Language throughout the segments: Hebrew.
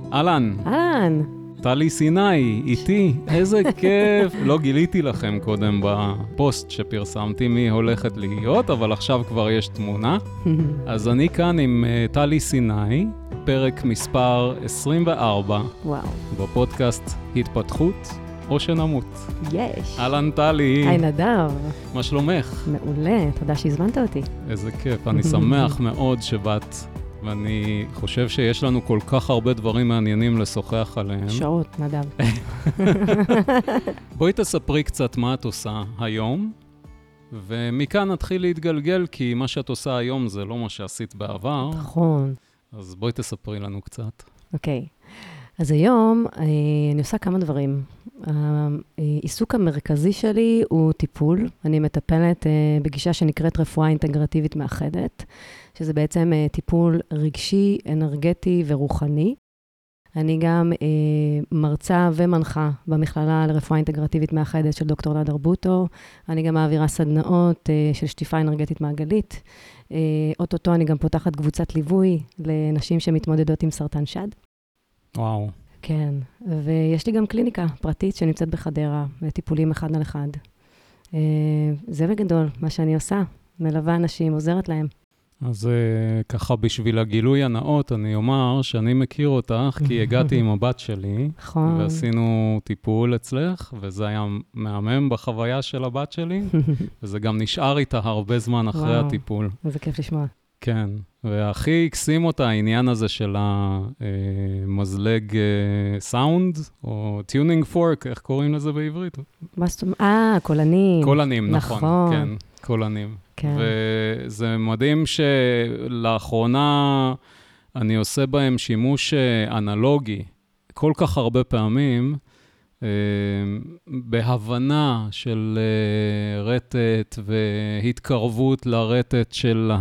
אהלן. אהלן. טלי סיני, איתי, איזה כיף. לא גיליתי לכם קודם בפוסט שפרסמתי מי הולכת להיות, אבל עכשיו כבר יש תמונה. אז אני כאן עם טלי סיני, פרק מספר 24. וואו. בפודקאסט התפתחות או שנמות. יש. אהלן טלי. היי נדב. מה שלומך? מעולה, תודה שהזמנת אותי. איזה כיף, אני שמח מאוד שבאת. ואני חושב שיש לנו כל כך הרבה דברים מעניינים לשוחח עליהם. שעות, נדב. בואי תספרי קצת מה את עושה היום, ומכאן נתחיל להתגלגל, כי מה שאת עושה היום זה לא מה שעשית בעבר. נכון. אז בואי תספרי לנו קצת. אוקיי. אז היום אני עושה כמה דברים. העיסוק המרכזי שלי הוא טיפול. אני מטפלת בגישה שנקראת רפואה אינטגרטיבית מאחדת, שזה בעצם טיפול רגשי, אנרגטי ורוחני. אני גם מרצה ומנחה במכללה לרפואה אינטגרטיבית מאחדת של דוקטור נדר בוטו. אני גם מעבירה סדנאות של שטיפה אנרגטית מעגלית. אוטוטו אני גם פותחת קבוצת ליווי לנשים שמתמודדות עם סרטן שד. וואו. כן, ויש לי גם קליניקה פרטית שנמצאת בחדרה, לטיפולים אחד על אחד. זה בגדול מה שאני עושה, מלווה אנשים, עוזרת להם. אז ככה בשביל הגילוי הנאות, אני אומר שאני מכיר אותך, כי הגעתי עם הבת שלי, נכון. ועשינו טיפול אצלך, וזה היה מהמם בחוויה של הבת שלי, וזה גם נשאר איתה הרבה זמן אחרי הטיפול. זה כיף לשמוע. כן, והכי הקסים אותה העניין הזה של המזלג סאונד, או טיונינג פורק, איך קוראים לזה בעברית? מה זאת אומרת? קולנים. קולנים, נכון, כן, קולנים. כן. וזה מדהים שלאחרונה אני עושה בהם שימוש אנלוגי, כל כך הרבה פעמים, בהבנה של רטט והתקרבות לרטט של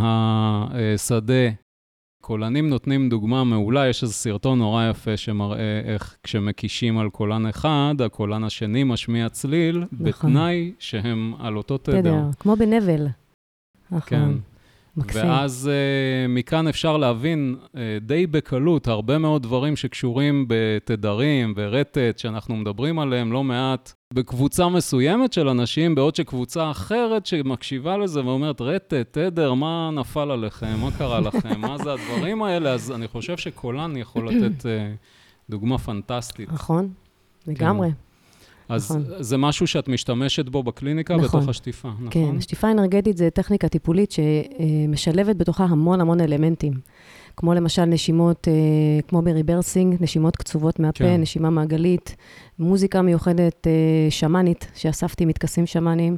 השדה. קולנים נותנים דוגמה מעולה, יש איזה סרטון נורא יפה שמראה איך כשמקישים על קולן אחד, הקולן השני משמיע צליל, נכון. בתנאי שהם על אותו תדר. כמו בנבל. נכון. כן. מקסים. ואז מכאן אפשר להבין די בקלות הרבה מאוד דברים שקשורים בתדרים ורטט שאנחנו מדברים עליהם לא מעט בקבוצה מסוימת של אנשים, בעוד שקבוצה אחרת שמקשיבה לזה ואומרת רטט, תדר, מה נפל עליכם, מה קרה לכם, מה זה הדברים האלה, אז אני חושב שקולן יכול לתת דוגמה פנטסטית. נכון, לגמרי. אז נכון. זה משהו שאת משתמשת בו בקליניקה נכון. בתוך השטיפה, נכון? כן, שטיפה אנרגטית זה טכניקה טיפולית שמשלבת בתוכה המון אלמנטים. כמו למשל נשימות, כמו בריברסינג, נשימות קצובות מהפה, כן. נשימה מעגלית, מוזיקה מיוחדת שמנית, שאספתי מתכסים שמניים,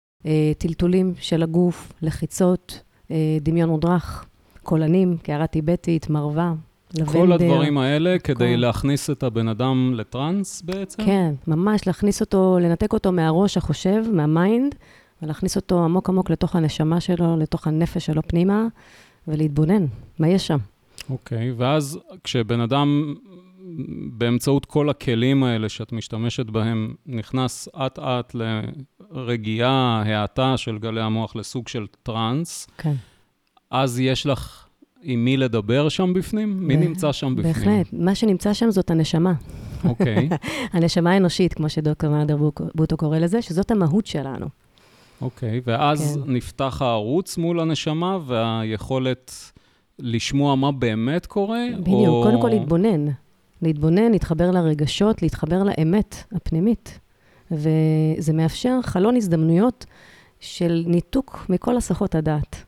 טלטולים של הגוף, לחיצות, דמיון מודרך, קולנים, קערה טיבטית, מרווה. כל הדברים האלה כדי להכניס את הבן אדם לטרנס בעצם? כן, ממש להכניס אותו, לנתק אותו מהראש החושב, מהמיינד, ולהכניס אותו עמוק עמוק לתוך הנשמה שלו, לתוך הנפש שלו פנימה, ולהתבונן, מה יש שם. אוקיי, ואז כשבן אדם באמצעות כל הכלים האלה שאת משתמשת בהם, נכנס עט לרגיעה, העתה של גלי המוח לסוג של טרנס, כן. אז יש לך עם מי לדבר שם בפנים? מי נמצא שם בפנים? בהחלט. מה שנמצא שם זאת הנשמה. אוקיי. הנשמה האנושית, כמו שדוקטור נדר בוטו קורא לזה, שזאת המהות שלנו. אוקיי, ואז נפתח הערוץ מול הנשמה, והיכולת לשמוע מה באמת קורה? בדיוק, קודם כל להתבונן, להתחבר לרגשות, להתחבר לאמת הפנימית. וזה מאפשר חלון הזדמנויות של ניתוק מכל הסחות הדעת,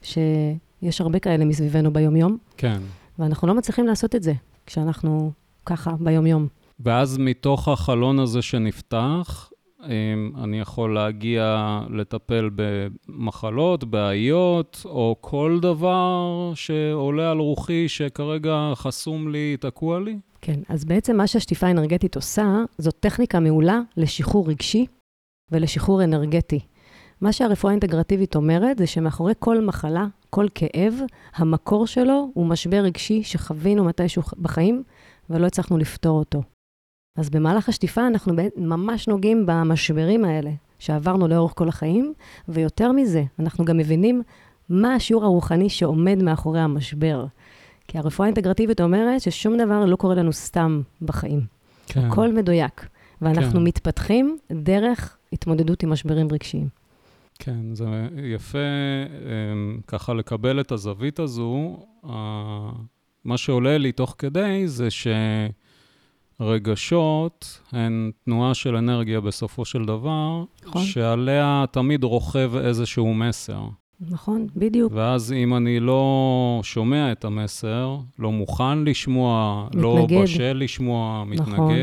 יש הרבה כאלה מסביבנו ביום-יום. כן. ואנחנו לא מצליחים לעשות את זה, כשאנחנו ככה ביום-יום. ואז מתוך החלון הזה שנפתח, אני יכול להגיע לטפל במחלות, בעיות, או כל דבר שעולה על רוחי שכרגע חסום לי, תקוע לי? כן, אז בעצם מה שהשטיפה האנרגטית עושה, זאת טכניקה מעולה לשחרור רגשי ולשחרור אנרגטי. מה שהרפואה האינטגרטיבית אומרת, זה שמאחורי כל מחלה, כל כאב, המקור שלו הוא משבר רגשי שחווינו מתישהו בחיים, ולא הצלחנו לפתור אותו. אז במהלך השטיפה אנחנו ממש נוגעים במשברים האלה, שעברנו לאורך כל החיים, ויותר מזה, אנחנו גם מבינים מה השיעור הרוחני שעומד מאחורי המשבר. כי הרפואה האינטגרטיבית אומרת ששום דבר לא קורה לנו סתם בחיים. כן. הכל מדויק. ואנחנו כן. מתפתחים דרך התמודדות עם משברים רגשיים. כן, זה יפה ככה לקבל את הזווית הזו. מה שעולה לי תוך כדי זה שרגשות הן תנועה של אנרגיה בסופו של דבר, נכון. שעליה תמיד רוכב איזשהו מסר. נכון, בדיוק. ואז אם אני לא שומע את המסר, לא מוכן לשמוע, מתנגד. לא בשל לשמוע, מתנגד, נכון.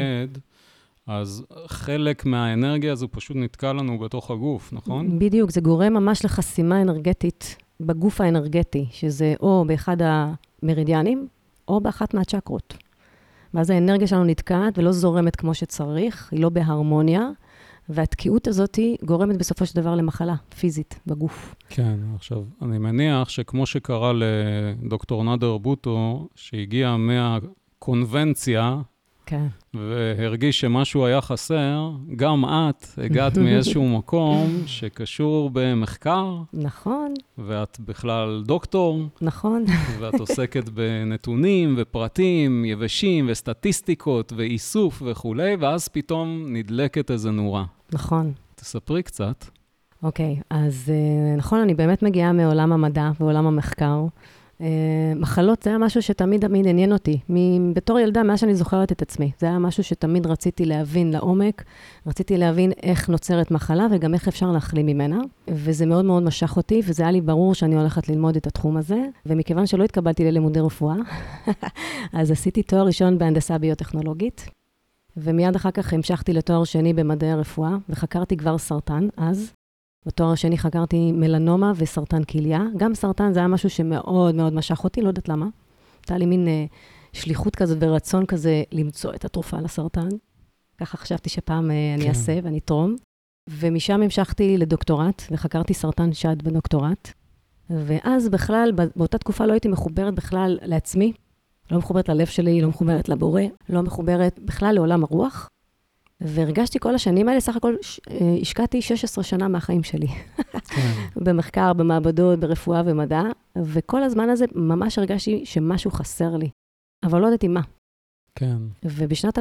אז חלק מהאנרגיה הזו פשוט נתקע לנו בתוך הגוף, נכון? בדיוק, זה גורם ממש לחסימה אנרגטית בגוף האנרגטי, שזה או באחד המרידיאנים, או באחת מהצ'קרות. ואז האנרגיה שלנו נתקעת ולא זורמת כמו שצריך, היא לא בהרמוניה, והתקיעות הזאת גורמת בסופו של דבר למחלה פיזית בגוף. כן, עכשיו, אני מניח שכמו שקרה לדוקטור נאדר בוטו, שהגיע מהקונבנציה, כן. והרגיש שמשהו היה חסר, גם את הגעת מאיזשהו מקום שקשור במחקר, נכון, ואת בכלל דוקטור, נכון. ואת עוסקת בנתונים ופרטים יבשים וסטטיסטיקות ואיסוף וכולי, ואז פתאום נדלקת איזה נורה. נכון. תספרי קצת. אוקיי, אז נכון, אני באמת מגיעה מעולם המדע ועולם המחקר. מחלות זה היה משהו שתמיד עניין אותי. בתור ילדה, מאז שאני זוכרת את עצמי. זה היה משהו שתמיד רציתי להבין לעומק, רציתי להבין איך נוצרת מחלה וגם איך אפשר להחלים ממנה. וזה מאוד מאוד משך אותי, וזה היה לי ברור שאני הולכת ללמוד את התחום הזה. ומכיוון שלא התקבלתי ללימודי רפואה, אז עשיתי תואר ראשון בהנדסה ביוטכנולוגית, ומיד אחר כך המשכתי לתואר שני במדעי הרפואה, וחקרתי כבר סרטן אז. בתואר השני חקרתי מלנומה וסרטן כליה. גם סרטן זה היה משהו שמאוד מאוד משך אותי, לא יודעת למה. הייתה לי מין שליחות כזאת ורצון כזה למצוא את התרופה לסרטן. ככה חשבתי שפעם אני אעשה ואני תרום. ומשם המשכתי לדוקטורט, וחקרתי סרטן שד בדוקטורט. ואז בכלל, באותה תקופה לא הייתי מחוברת בכלל לעצמי. לא מחוברת ללב שלי, לא מחוברת לבורא, לא מחוברת בכלל לעולם הרוח. והרגשתי כל השנים האלה, סך הכל השקעתי 16 שנה מהחיים שלי. כן. במחקר, במעבדות, ברפואה ומדע, וכל הזמן הזה ממש הרגשתי שמשהו חסר לי. אבל לא ידעתי מה. כן. ובשנת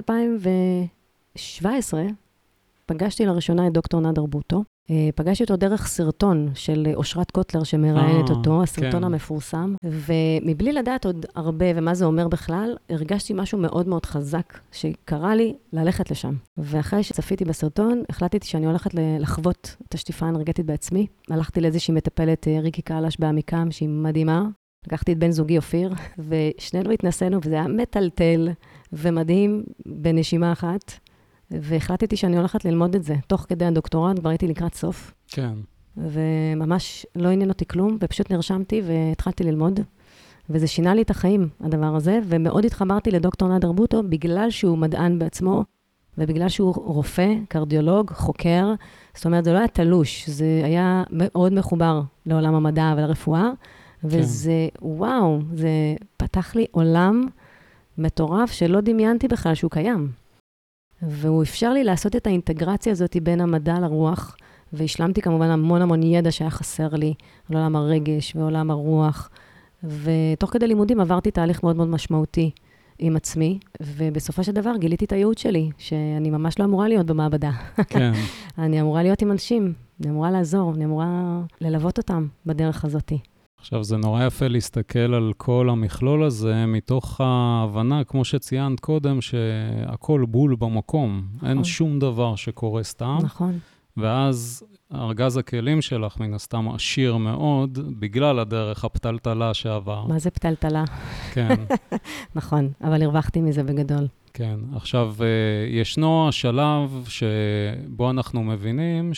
2017, פגשתי לראשונה את דוקטור נאדר בוטו. פגשתי אותו דרך סרטון של אושרת קוטלר שמראיינת אותו, הסרטון המפורסם. ומבלי לדעת עוד הרבה ומה זה אומר בכלל, הרגשתי משהו מאוד מאוד חזק שקרה לי ללכת לשם. ואחרי שצפיתי בסרטון, החלטתי שאני הולכת לחוות את השטיפה האנרגטית בעצמי. הלכתי לאיזושהי מטפלת ריקי קלש בעמיקם, שהיא מדהימה. לקחתי את בן זוגי אופיר, ושנינו התנסינו, וזה היה מטלטל ומדהים בנשימה אחת. והחלטתי שאני הולכת ללמוד את זה. תוך כדי הדוקטורט כבר הייתי לקראת סוף. כן. וממש לא עניין אותי כלום, ופשוט נרשמתי והתחלתי ללמוד. וזה שינה לי את החיים, הדבר הזה, ומאוד התחברתי לדוקטור נאדר בוטו, בגלל שהוא מדען בעצמו, ובגלל שהוא רופא, קרדיולוג, חוקר. זאת אומרת, זה לא היה תלוש, זה היה מאוד מחובר לעולם המדע ולרפואה, וזה, וואו, זה פתח לי עולם מטורף שלא דמיינתי בכלל שהוא קיים. והוא אפשר לי לעשות את האינטגרציה הזאת בין המדע לרוח, והשלמתי כמובן המון המון ידע שהיה חסר לי, על עולם הרגש ועולם הרוח, ותוך כדי לימודים עברתי תהליך מאוד מאוד משמעותי עם עצמי, ובסופו של דבר גיליתי את הייעוד שלי, שאני ממש לא אמורה להיות במעבדה. כן. אני אמורה להיות עם אנשים, אני אמורה לעזור, אני אמורה ללוות אותם בדרך הזאת. עכשיו, זה נורא יפה להסתכל על כל המכלול הזה, מתוך ההבנה, כמו שציינת קודם, שהכל בול במקום. נכון. אין שום דבר שקורה סתם. נכון. ואז ארגז הכלים שלך, מן הסתם, עשיר מאוד, בגלל הדרך הפתלתלה שעבר. מה זה פתלתלה? כן. נכון, אבל הרווחתי מזה בגדול. כן. עכשיו, ישנו השלב שבו אנחנו מבינים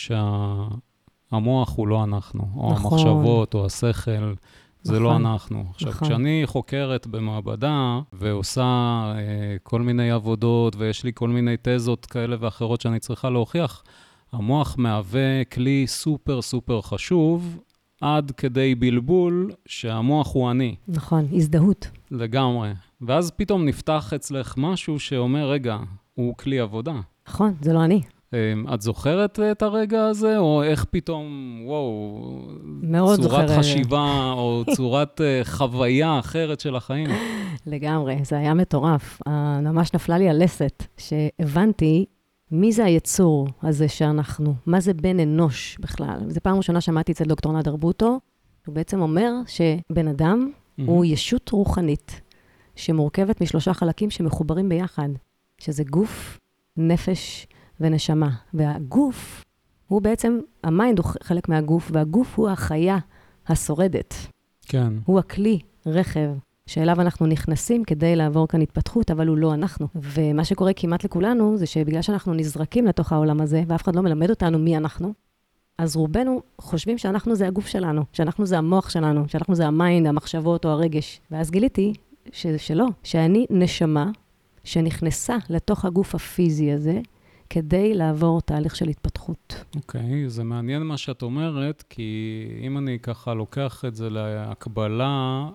המוח הוא לא אנחנו, או נכון. המחשבות, או השכל, זה נכון. לא אנחנו. עכשיו, נכון. כשאני חוקרת במעבדה, ועושה כל מיני עבודות, ויש לי כל מיני תזות כאלה ואחרות שאני צריכה להוכיח, המוח מהווה כלי סופר סופר חשוב, עד כדי בלבול שהמוח הוא אני. נכון, הזדהות. לגמרי. ואז פתאום נפתח אצלך משהו שאומר, רגע, הוא כלי עבודה. נכון, זה לא אני. את זוכרת את הרגע הזה, או איך פתאום, וואו, מאוד צורת זוכרת. חשיבה, או צורת חוויה אחרת של החיים? לגמרי, זה היה מטורף. ממש נפלה לי הלסת, שהבנתי מי זה היצור הזה שאנחנו, מה זה בן אנוש בכלל. זו פעם ראשונה שמעתי אצל דוקטור נדר בוטו, הוא בעצם אומר שבן אדם הוא ישות רוחנית, שמורכבת משלושה חלקים שמחוברים ביחד, שזה גוף, נפש ונשמה. והגוף הוא בעצם, המיינד הוא חלק מהגוף, והגוף הוא החיה השורדת. כן. הוא הכלי, רכב, שאליו אנחנו נכנסים כדי לעבור כאן התפתחות, אבל הוא לא אנחנו. ומה שקורה כמעט לכולנו, זה שבגלל שאנחנו נזרקים לתוך העולם הזה, ואף אחד לא מלמד אותנו מי אנחנו, אז רובנו חושבים שאנחנו זה הגוף שלנו, שאנחנו זה המוח שלנו, שאנחנו זה המיינד, המחשבות או הרגש. ואז גיליתי שלא, שאני נשמה שנכנסה לתוך הגוף הפיזי הזה, כדי לעבור תהליך של התפתחות. אוקיי, זה מעניין מה שאת אומרת, כי אם אני ככה לוקח את זה להקבלה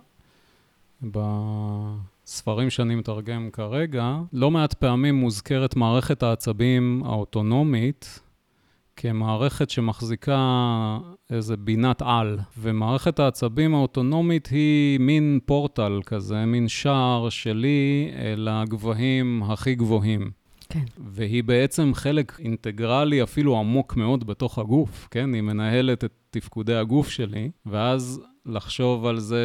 בספרים שאני מתרגם כרגע, לא מעט פעמים מוזכרת מערכת העצבים האוטונומית, כמערכת שמחזיקה איזה בינת על, ומערכת העצבים האוטונומית היא מין פורטל כזה, מין שער שלי אל הגבהים הכי גבוהים. כן. והיא בעצם חלק אינטגרלי, אפילו עמוק מאוד בתוך הגוף, כן? היא מנהלת את תפקודי הגוף שלי, ואז לחשוב על זה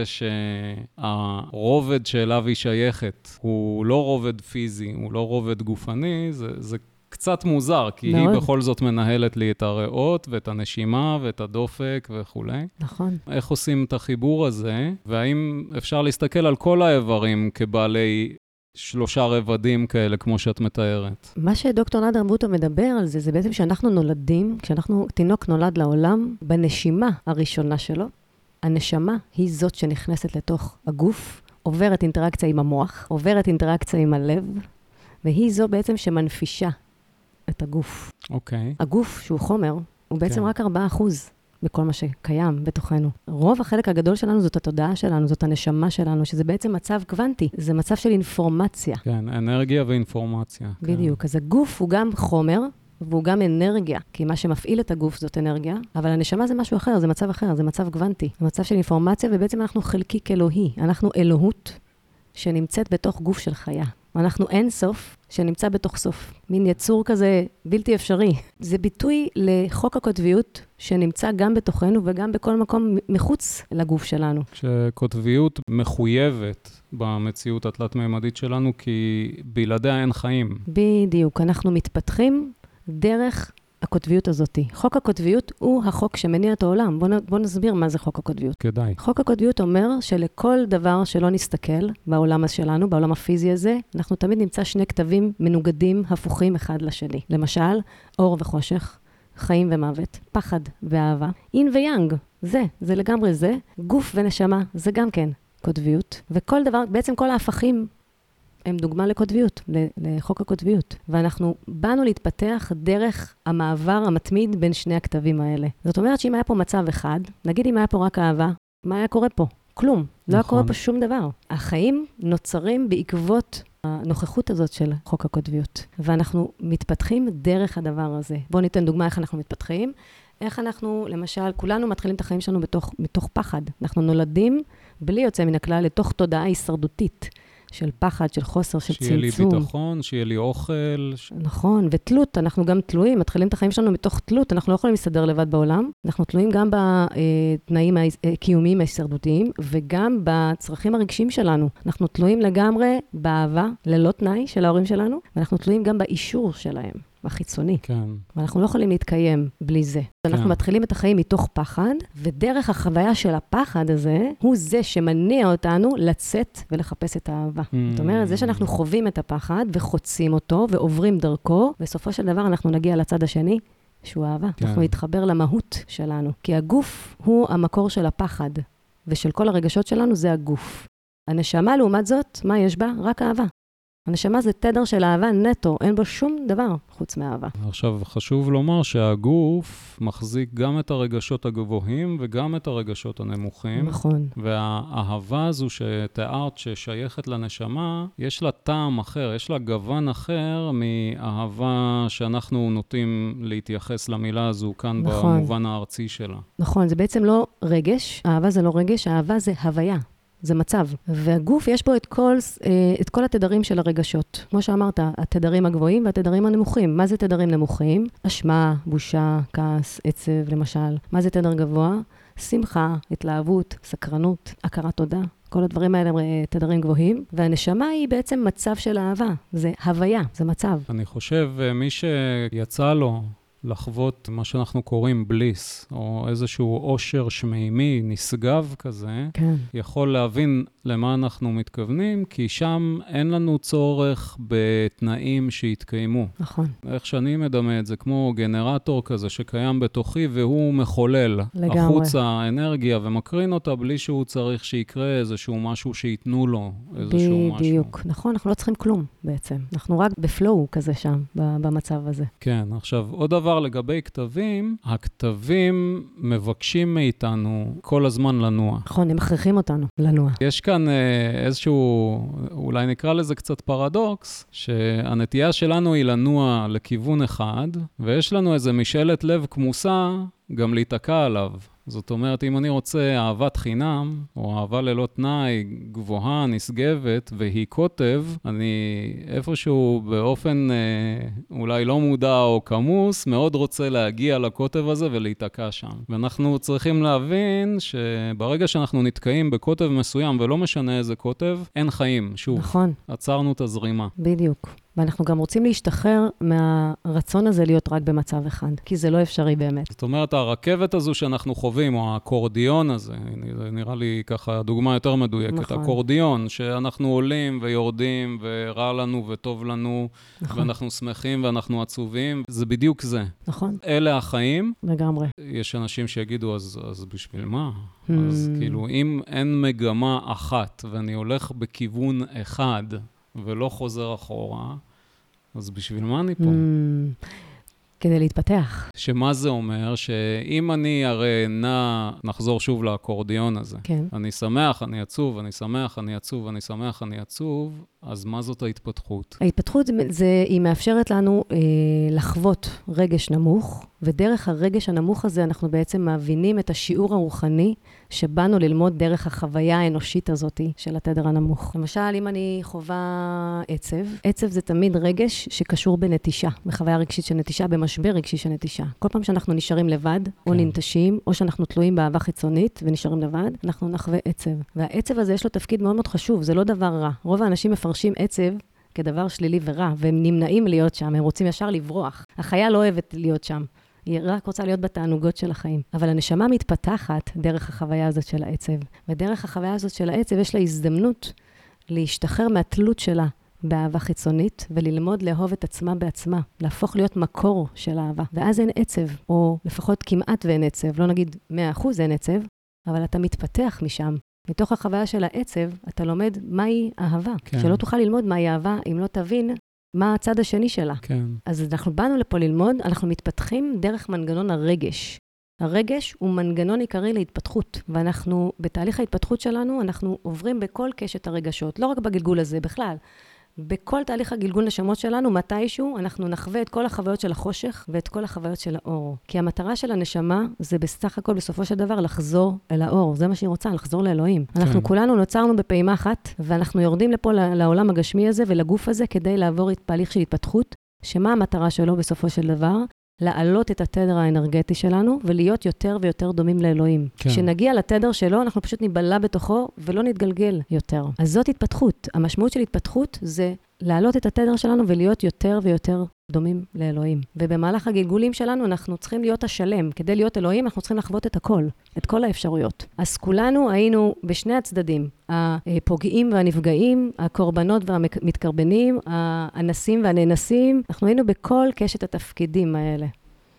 שהרובד שאליו היא שייכת הוא לא רובד פיזי, הוא לא רובד גופני, זה קצת מוזר, כי מאוד. היא בכל זאת מנהלת לי את הריאות ואת הנשימה ואת הדופק וכו'. נכון. איך עושים את החיבור הזה, והאם אפשר להסתכל על כל האיברים כבעלי 3 רבדים כאלה, כמו שאת מתארת? מה שדוקטור נדר בוטו מדבר על זה, זה בעצם שאנחנו נולדים, תינוק נולד לעולם, בנשימה הראשונה שלו, הנשמה היא זאת שנכנסת לתוך הגוף, עוברת אינטראקציה עם המוח, עוברת אינטראקציה עם הלב, והיא זו בעצם שמנפישה את הגוף. אוקיי. הגוף, שהוא חומר, הוא בעצם כן. רק 4% בכל מה שקיים בתוכנו. רוב החלק הגדול שלנו זאת התודעה שלנו, זאת הנשמה שלנו, שזה בעצם מצב קוונטי, זה מצב של אינפורמציה. כן, אנרגיה ואינפורמציה. בדיוק. כן. אז הגוף הוא גם חומר, והוא גם אנרגיה, כי מה שמפעיל את הגוף זאת אנרגיה, אבל הנשמה זה משהו אחר, זה מצב אחר, זה מצב קוונטי. זה מצב של אינפורמציה, ובעצם אנחנו חלקיק אלוהי. אנחנו אלוהות שנמצאת בתוך גוף של חיה. אנחנו אין סוף שנמצא בתוך סוף. מין יצור כזה בלתי אפשרי. זה ביטוי לחוק הקוטביות שנמצא גם בתוכנו וגם בכל מקום מחוץ לגוף שלנו. שקוטביות מחויבת במציאות התלת-מימדית שלנו, כי בלעדיה אין חיים. בדיוק. אנחנו מתפתחים דרך הקוטביות הזאת. חוק הקוטביות הוא החוק שמניע את העולם. בוא נסביר מה זה חוק הקוטביות. כדאי. חוק הקוטביות אומר שלכל דבר שלא נסתכל בעולם שלנו, בעולם הפיזי הזה, אנחנו תמיד נמצא 2 כתבים מנוגדים, הפוכים אחד לשני. למשל, אור וחושך, חיים ומוות, פחד ואהבה. אין ויאנג, זה לגמרי זה. גוף ונשמה, זה גם כן קוטביות. וכל דבר, בעצם כל ההפכים, הם דוגמה לקוטביות, לחוק הקוטביות. ואנחנו באנו להתפתח דרך המעבר המתמיד בין 2 הכתבים האלה. זאת אומרת שאם היה פה מצב אחד, נגיד אם היה פה רק אהבה, מה היה קורה פה? כלום. לא היה קורה פה שום דבר. החיים נוצרים בעקבות הנוכחות הזאת של חוק הקוטביות. ואנחנו מתפתחים דרך הדבר הזה. בואו ניתן דוגמה איך אנחנו מתפתחים. איך אנחנו, למשל, כולנו מתחילים את החיים שלנו מתוך פחד. אנחנו נולדים בלי יוצא מן הכלל לתוך תודעה הישרדותית. של פחד, של חוסר, של צמצום. שיהיה לי ביטחון, שיהיה לי אוכל. נכון, ותלות, אנחנו גם תלויים, מתחילים את החיים שלנו מתוך תלות, אנחנו לא יכולים להסתדר לבד בעולם, אנחנו תלויים גם בתנאים הקיומיים ההישרדותיים, וגם בצרכים הרגשיים שלנו. אנחנו תלויים לגמרי באהבה, ללא תנאי של ההורים שלנו, ואנחנו תלויים גם באישור שלהם. החיצוני. כן. ואנחנו לא יכולים להתקיים בלי זה. כן. אנחנו מתחילים את החיים מתוך פחד, ודרך החוויה של הפחד הזה, הוא זה שמניע אותנו לצאת ולחפש את האהבה. זאת אומרת, זה שאנחנו חווים את הפחד וחוצים אותו ועוברים דרכו, בסופו של דבר אנחנו נגיע לצד השני, שהוא אהבה. כן. אנחנו נתחבר למהות שלנו. כי הגוף הוא המקור של הפחד, ושל כל הרגשות שלנו זה הגוף. הנשמה לעומת זאת, מה יש בה? רק אהבה. הנשמה זה תדר של אהבה נטו, אין בו שום דבר חוץ מאהבה. עכשיו, חשוב לומר שהגוף מחזיק גם את הרגשות הגבוהים וגם את הרגשות הנמוכים. נכון. והאהבה הזו שתיארת ששייכת לנשמה, יש לה טעם אחר, יש לה גוון אחר מאהבה שאנחנו נוטים להתייחס למילה הזו כאן נכון. במובן הארצי שלה. נכון, זה בעצם לא רגש, אהבה זה לא רגש, אהבה זה הוויה. זה מצב. והגוף יש בו את כל התדרים של הרגשות. כמו שאמרת, התדרים הגבוהים והתדרים הנמוכים. מה זה תדרים נמוכים? אשמה, בושה, כעס, עצב, למשל. מה זה תדר גבוה? שמחה, התלהבות, סקרנות, הכרת תודה. כל הדברים האלה הם תדרים גבוהים. והנשמה היא בעצם מצב של אהבה. זה הוויה, זה מצב. אני חושב, מי שיצא לו לחוות מה שאנחנו קוראים בליס, או איזשהו עושר שמימי, נשגב כזה, כן. יכול להבין למה אנחנו מתכוונים, כי שם אין לנו צורך בתנאים שיתקיימו. נכון. איך שאני מדמה את זה, כמו גנרטור כזה שקיים בתוכי, והוא מחולל לגמרי. החוצה אנרגיה ומקרין אותה, בלי שהוא צריך שיקרה איזשהו משהו שיתנו לו, איזשהו משהו. בדיוק. נכון, אנחנו לא צריכים כלום בעצם. אנחנו רק בפלואו כזה שם, במצב הזה. כן, עכשיו, עוד דבר לגבי כתבים, הכתבים מבקשים מאיתנו כל הזמן לנוע. נכון, הם מכריחים אותנו לנוע. יש כאן איזשהו, אולי נקרא לזה קצת פרדוקס, שהנטייה שלנו היא לנוע לכיוון אחד, ויש לנו איזה משאלת לב כמוסה גם להיתקע עליו. זאת אומרת, אם אני רוצה אהבת חינם, או אהבה ללא תנאי, גבוהה, נשגבת, והיא כותב, אני איפשהו באופן אולי לא מודע או כמוס, מאוד רוצה להגיע לכותב הזה ולהיתקע שם. ואנחנו צריכים להבין שברגע שאנחנו נתקעים בכותב מסוים, ולא משנה איזה כותב, אין חיים. שוב, נכון. עצרנו את הזרימה. בדיוק. ואנחנו גם רוצים להשתחרר מהרצון הזה להיות רק במצב אחד, כי זה לא אפשרי באמת. זאת אומרת, הרכבת הזו שאנחנו חווים, או האקורדיון הזה, נראה לי ככה דוגמה יותר מדויקת, נכון. אקורדיון, שאנחנו עולים ויורדים, ורע לנו וטוב לנו, נכון. ואנחנו שמחים ואנחנו עצובים, זה בדיוק זה. נכון. אלה החיים. לגמרי. יש אנשים שיגידו, אז בשביל מה? אז כאילו, אם אין מגמה אחת, ואני הולך בכיוון אחד, ולא חוזר אחורה, אז בשביל מה אני פה? כדי להתפתח. שמה זה אומר? שאם אני הרי נחזור שוב לאקורדיון הזה. כן. אני שמח, אני עצוב, אני שמח, אני עצוב, אני שמח, אני עצוב, אז מה זאת ההתפתחות? ההתפתחות היא מאפשרת לנו לחוות רגש נמוך, ודרך הרגש הנמוך הזה אנחנו בעצם מבינים את השיעור הרוחני שבאנו ללמוד דרך החוויה האנושית הזאת של התדר הנמוך. למשל, אם אני חווה עצב זה תמיד רגש שקשור בנטישה, בחוויה רגשית של נטישה, במשבר רגשי של נטישה. כל פעם שאנחנו נשארים לבד, או ננטשים, או שאנחנו תלויים באהבה חיצונית ונשארים לבד, אנחנו נחווה עצב. והעצב הזה יש לו תפקיד מאוד מאוד חשוב, זה לא דבר רע. רוב האנשים מפרשים עצב כדבר שלילי ורע, והם נמנעים להיות שם, הם רוצים ישר לברוח. החיה לא אוהבת להיות שם. היא רק רוצה להיות בתענוגות של החיים. אבל הנשמה מתפתחת דרך החוויה הזאת של העצב. ודרך החוויה הזאת של העצב יש לה הזדמנות להשתחרר מהתלות שלה באהבה חיצונית, וללמוד לאהוב את עצמה בעצמה, להפוך להיות מקור של אהבה. ואז אין עצב, או לפחות כמעט ואין עצב, לא נגיד 100% אין עצב, אבל אתה מתפתח משם. מתוך החוויה של העצב, אתה לומד מהי אהבה. כן. שלא תוכל ללמוד מהי אהבה, אם לא תבין מה הצד השני שלה. כן. אז אנחנו באנו לפה ללמוד, אנחנו מתפתחים דרך מנגנון הרגש. הרגש הוא מנגנון עיקרי להתפתחות, ואנחנו, בתהליך ההתפתחות שלנו, אנחנו עוברים בכל קשת הרגשות, לא רק בגלגול הזה בכלל. בכל תהליך הגלגול נשמות שלנו, מתישהו אנחנו נחווה את כל החוויות של החושך ואת כל החוויות של האור. כי המטרה של הנשמה זה בסך הכל בסופו של דבר לחזור אל האור. זה מה שהיא רוצה, לחזור לאלוהים. כן. אנחנו כולנו נוצרנו בפעימה אחת, ואנחנו יורדים לפה לעולם הגשמי הזה ולגוף הזה כדי לעבור את תהליך של התפתחות, שמה המטרה שלו בסופו של דבר? לעלות את התדר האנרגטי שלנו, ולהיות יותר ויותר דומים לאלוהים. כן. כשנגיע לתדר שלו, אנחנו פשוט ניבלה בתוכו, ולא נתגלגל יותר. אז זאת התפתחות. המשמעות של התפתחות זה לעלות את התדר שלנו, ולהיות יותר ויותר דומים לאלוהים. ובמהלך הגלגולים שלנו, אנחנו צריכים להיות השלם. כדי להיות אלוהים, אנחנו צריכים לחוות את הכל, את כל האפשרויות. אז כולנו היינו בשני הצדדים, הפוגעים והנפגעים, הקורבנות והמתקרבנים, האנסים והנאנסים, אנחנו היינו בכל קשת התפקידים האלה.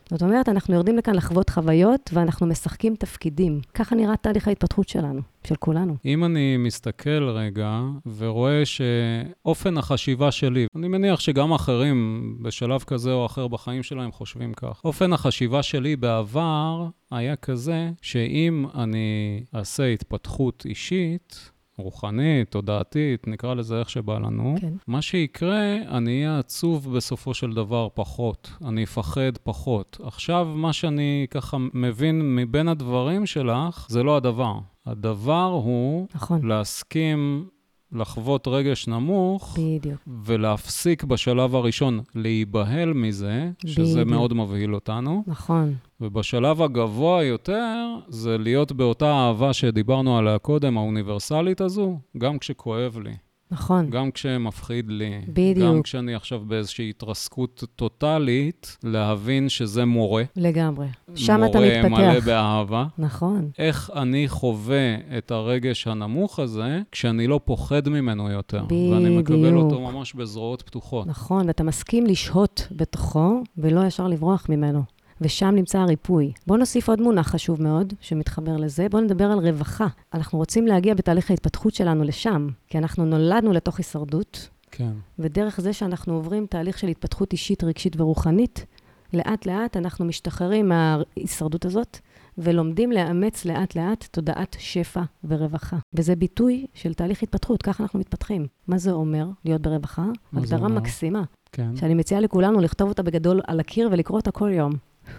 זאת אומרת, אנחנו יורדים לכאן לחוות חוויות, ואנחנו משחקים תפקידים. ככה נראה תהליך ההתפתחות שלנו, של כולנו. אם אני מסתכל רגע ורואה שאופן החשיבה שלי, אני מניח שגם אחרים בשלב כזה או אחר בחיים שלהם חושבים כך. אופן החשיבה שלי בעבר היה כזה שאם אני אעשה התפתחות אישית, רוחנית, תודעתית, נקרא לזה איך שבא לנו. כן. מה שיקרה, אני אהיה עצוב בסופו של דבר פחות. אני אפחד פחות. עכשיו, מה שאני ככה מבין מבין הדברים שלך, זה לא הדבר. הדבר הוא נכון. להסכים לחוות רגש נמוך, בדיוק. ולהפסיק בשלב הראשון להיבהל מזה, שזה בדיוק. מאוד מבהיל אותנו. נכון. ובשלב הגבוה יותר, זה להיות באותה אהבה שדיברנו עליה קודם, האוניברסלית הזו, גם כשכואב לי. נכון. גם כשמפחיד לי. בדיוק. גם כשאני עכשיו באיזושהי התרסקות טוטלית, להבין שזה מורה. לגמרי. שם אתה מתפתח. מורה מלא באהבה. נכון. איך אני חווה את הרגש הנמוך הזה, כשאני לא פוחד ממנו יותר. בדיוק. ואני מקבל אותו ממש בזרועות פתוחות. נכון, ואתה מסכים לשהות בתוכו, ולא ישר לברוח ממנו. ושם נמצא הריפוי. בואו נוסיף עוד מונח חשוב מאוד, שמתחבר לזה. בואו נדבר על רווחה. אנחנו רוצים להגיע בתהליך ההתפתחות שלנו לשם, כי אנחנו נולדנו לתוך הישרדות, כן. ודרך זה שאנחנו עוברים תהליך של התפתחות אישית, רגשית ורוחנית, לאט לאט אנחנו משתחררים מההישרדות הזאת, ולומדים לאמץ לאט לאט תודעת שפע ורווחה. וזה ביטוי של תהליך התפתחות, ככה אנחנו מתפתחים. מה זה אומר להיות ברווחה? הגדרה מקסימה. כן. שאני מציעה לכולנו לכתוב אותה בגדול על הקיר ולקרוא אותה כל יום.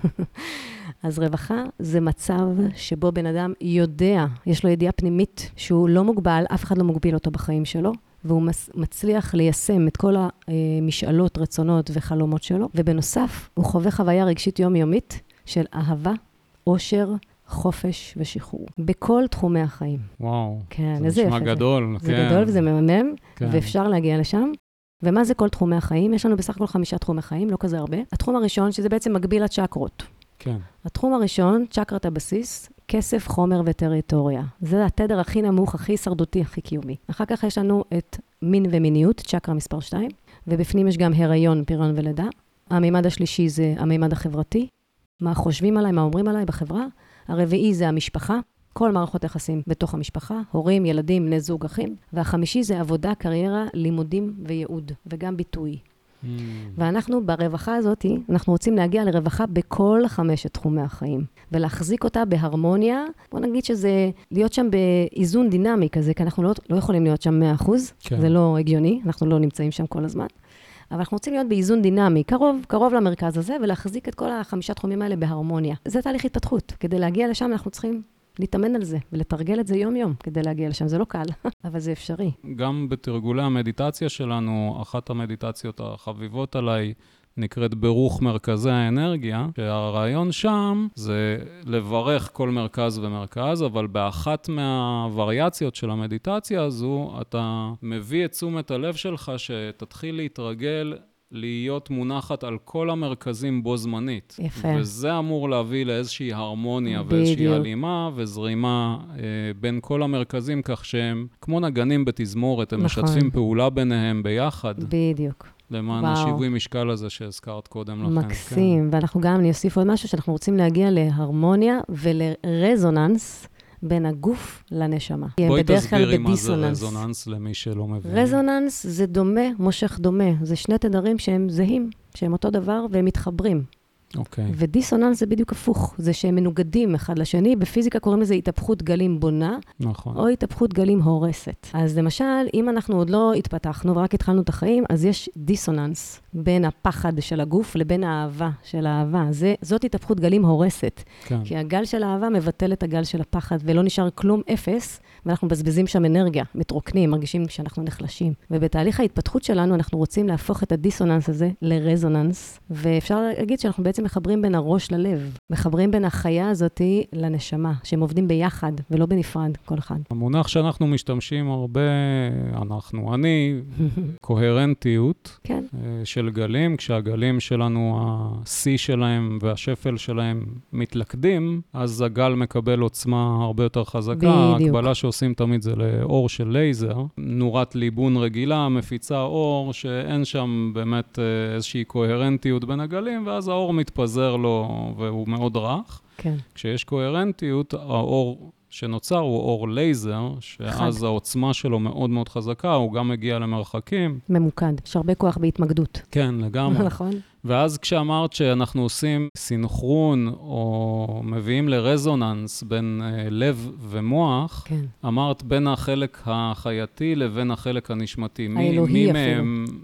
אז רווחה זה מצב שבו בן אדם יודע, יש לו ידיעה פנימית שהוא לא מוגבל, אף אחד לא מוגביל אותו בחיים שלו, והוא מצליח ליישם את כל המשאלות, רצונות וחלומות שלו, ובנוסף הוא חווה חוויה רגשית יומיומית של אהבה, אושר, חופש ושחרור. בכל תחומי החיים. וואו. כן, זה איזה יפה נשמע גדול. זה גדול וזה מהמם, כן. ואפשר להגיע לשם. ומה זה כל תחומי החיים? יש לנו בסך הכל 5 תחומי חיים, לא כזה הרבה. התחום הראשון, שזה בעצם מקביל לצ'קרות. כן. התחום הראשון, צ'קרת הבסיס, כסף, חומר וטריטוריה. זה התדר הכי נמוך, הכי הישרדותי, הכי קיומי. אחר כך יש לנו את מין ומיניות, צ'קרה מספר 2, ובפנים יש גם הריון, פריון ולידה. המימד השלישי זה המימד החברתי, מה חושבים עליי, מה אומרים עליי בחברה. הרביעי זה המשפחה, כל מערכות יחסים בתוך המשפחה, הורים, ילדים, בני זוג, אחים. והחמישי זה עבודה, קריירה, לימודים וייעוד, וגם ביטוי. ואנחנו ברווחה הזאת, אנחנו רוצים להגיע לרווחה בכל 5 תחומי החיים, ולהחזיק אותה בהרמוניה. בוא נגיד שזה להיות שם באיזון דינמי כזה, כי אנחנו לא יכולים להיות שם 100%, כן. זה לא הגיוני, אנחנו לא נמצאים שם כל הזמן. אבל אנחנו רוצים להיות באיזון דינמי, קרוב למרכז הזה, ולהחזיק את כל 5 תחומים האלה בהרמוניה. זה תהליך התפתחות. כדי להגיע לשם אנחנו צריכים להתאמן על זה, ולתרגל את זה יום-יום כדי להגיע לשם. זה לא קל, אבל זה אפשרי. גם בתרגולי המדיטציה שלנו, אחת המדיטציות החביבות עליי נקראת ברוך מרכזי האנרגיה, שהרעיון שם זה לברך כל מרכז ומרכז, אבל באחת מהווריאציות של המדיטציה הזו, אתה מביא את תשומת הלב שלך שתתחיל להתרגל להיות מונחת על כל המרכזים בו זמנית. יפה. וזה אמור להביא לאיזושהי הרמוניה ואיזושהי הלימה וזרימה בין כל המרכזים, כך שהם כמו נגנים בתזמורת, הם נכון. משתפים פעולה ביניהם ביחד. בדיוק. למען השיווי משקל הזה שהזכרת קודם לכן. מקסים, כן. ואנחנו גם נוסיף עוד משהו שאנחנו רוצים להגיע להרמוניה ולרזוננס בין הגוף לנשמה. בואי תסבירי מה זה רזוננס למי שלא מבין. רזוננס זה דומה, מושך דומה. זה 2 תדרים שהם זהים, שהם אותו דבר והם מתחברים. אוקיי. ודיסוננס זה בדיוק הפוך. זה שהם מנוגדים אחד לשני. בפיזיקה קוראים לזה התהפכות גלים בונה, נכון. או התהפכות גלים הורסת. אז למשל, אם אנחנו עוד לא התפתחנו ורק התחלנו את החיים, אז יש דיסוננס בין הפחד של הגוף לבין האהבה של האהבה. זאת התהפכות גלים הורסת. כן. כי הגל של האהבה מבטל את הגל של הפחד, ולא נשאר כלום אפס, ואנחנו מבזבזים שם אנרגיה, מתרוקנים, מרגישים שאנחנו נחלשים. ובתהליך ההתפתחות שלנו, אנחנו רוצים להפוך את הדיסוננס הזה לרזוננס, ואפשר להגיד שאנחנו בעצם מחברים בין הראש ללב, מחברים בין החיה הזאת לנשמה, שהם עובדים ביחד ולא בנפרד, כל אחד. המונח שאנחנו משתמשים הרבה, אני, קוהרנטיות, כן. של גלים, כשהגלים שלנו, השיא שלהם והשפל שלהם מתלכדים, אז הגל מקבל עוצמה הרבה יותר חזקה. בדיוק. ההקבלה שעושים תמיד זה לאור של לייזר. נורת ליבון רגילה, מפיצה אור, שאין שם באמת איזושהי קוהרנטיות בין הגלים, ואז האור מתפזר לו והוא מאוד רך. כן. כשיש קוהרנטיות, האור שנוצר הוא אור לייזר, שאז העוצמה שלו מאוד מאוד חזקה, הוא גם מגיע למרחקים. ממוקד, יש הרבה כוח בהתמקדות. כן, לגמרי. נכון. ואז כשאמרת שאנחנו עושים סינכרון, או מביאים לרזוננס בין לב ומוח, כן. אמרת בין החלק החייתי לבין החלק הנשמתי. האלוהי אפילו.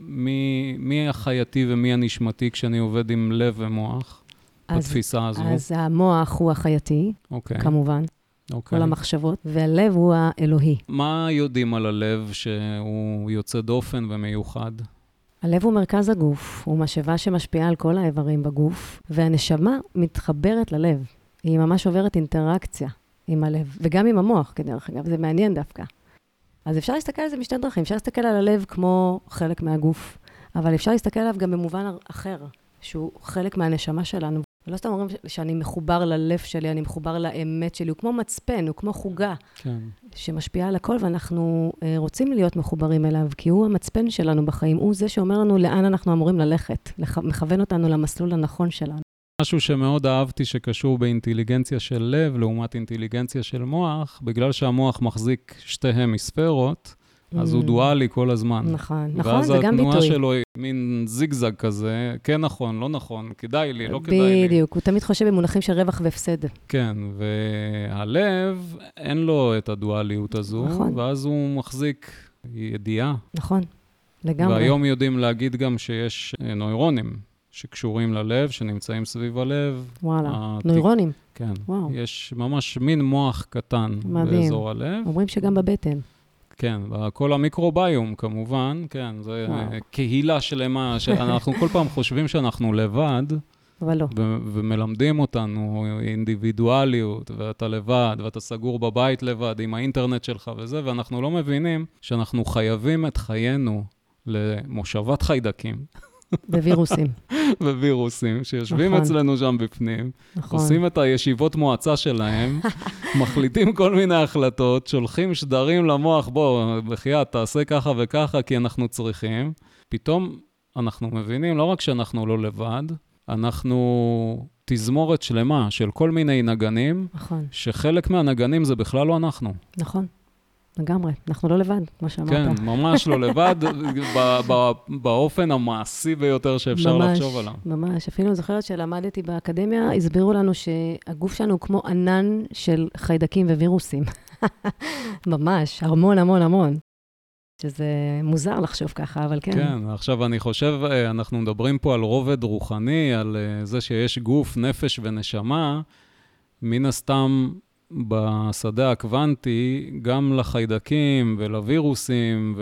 מי החייתי ומי הנשמתי כשאני עובד עם לב ומוח, בתפיסה הזו? אז המוח הוא החייתי, כמובן. כל המחשבות, והלב הוא האלוהי. מה יודעים על הלב שהוא יוצא דופן ומיוחד? הלב הוא מרכז הגוף, הוא משאבה שמשפיעה על כל האיברים בגוף, והנשמה מתחברת ללב. היא ממש עוברת אינטראקציה עם הלב, וגם עם המוח, כדרך אגב, זה מעניין דווקא. אז אפשר להסתכל על זה משתי דרכים, אפשר להסתכל על הלב כמו חלק מהגוף, אבל אפשר להסתכל עליו גם במובן אחר, שהוא חלק מהנשמה שלנו. ולא סתם אומרים שאני מחובר ללב שלי, אני מחובר לאמת שלי, הוא כמו מצפן, הוא כמו חוגה, כן. שמשפיעה על הכל, ואנחנו רוצים להיות מחוברים אליו, כי הוא המצפן שלנו בחיים, הוא זה שאומר לנו לאן אנחנו אמורים ללכת, מכוון אותנו למסלול הנכון שלנו. משהו שמאוד אהבתי שקשור באינטליגנציה של לב, לעומת אינטליגנציה של מוח, בגלל שהמוח מחזיק שתי המיספרות, אז הוא דואלי כל הזמן. נכון, נכון, זה גם ביטוי. ואז התנועה שלו היא מין זיגזג כזה, כן נכון, לא נכון, כדאי לי, לא כדאי לי. בדיוק, הוא תמיד חושב במונחים של רווח והפסד. כן, והלב, אין לו את הדואליות הזו, נכון. ואז הוא מחזיק ידיעה. נכון, לגמרי. והיום יודעים להגיד גם שיש נוירונים שקשורים ללב, שנמצאים סביב הלב. וואלה, נוירונים. כן, וואו. יש ממש מין מוח קטן באזור הלב. אומרים שגם בבטן. כן, כל המיקרוביום כמובן, כן, זה קהילה שלמה, שאנחנו כל פעם חושבים שאנחנו לבד, אבל לא. ומלמדים אותנו אינדיבידואליות, ואתה לבד, ואתה סגור בבית לבד, עם האינטרנט שלך וזה, ואנחנו לא מבינים שאנחנו חייבים את חיינו למושבת חיידקים. ווירוסים. ווירוסים, שיושבים אצלנו שם בפנים, עושים את הישיבות מועצה שלהם, מחליטים כל מיני החלטות, שולחים שדרים למוח, בוא, בחייאת, תעשה ככה וככה, כי אנחנו צריכים. פתאום אנחנו מבינים, לא רק שאנחנו לא לבד, אנחנו תזמורת שלמה של כל מיני נגנים, שחלק מהנגנים זה בכלל לא אנחנו. נכון. לגמרי, אנחנו לא לבד, כמו שאמרת. כן, ממש לא לבד, באופן המעשי ביותר שאפשר לחשוב עליו. ממש, אפילו זוכרת שלמדתי באקדמיה, הסבירו לנו שהגוף שלנו הוא כמו ענן של חיידקים ווירוסים. ממש, המון, המון, המון. שזה מוזר לחשוב ככה, אבל כן. כן, עכשיו אני חושב, אנחנו מדברים פה על רובד רוחני, על זה שיש גוף, נפש ונשמה, מן הסתם, בשדה הקוונטי, גם לחיידקים ולווירוסים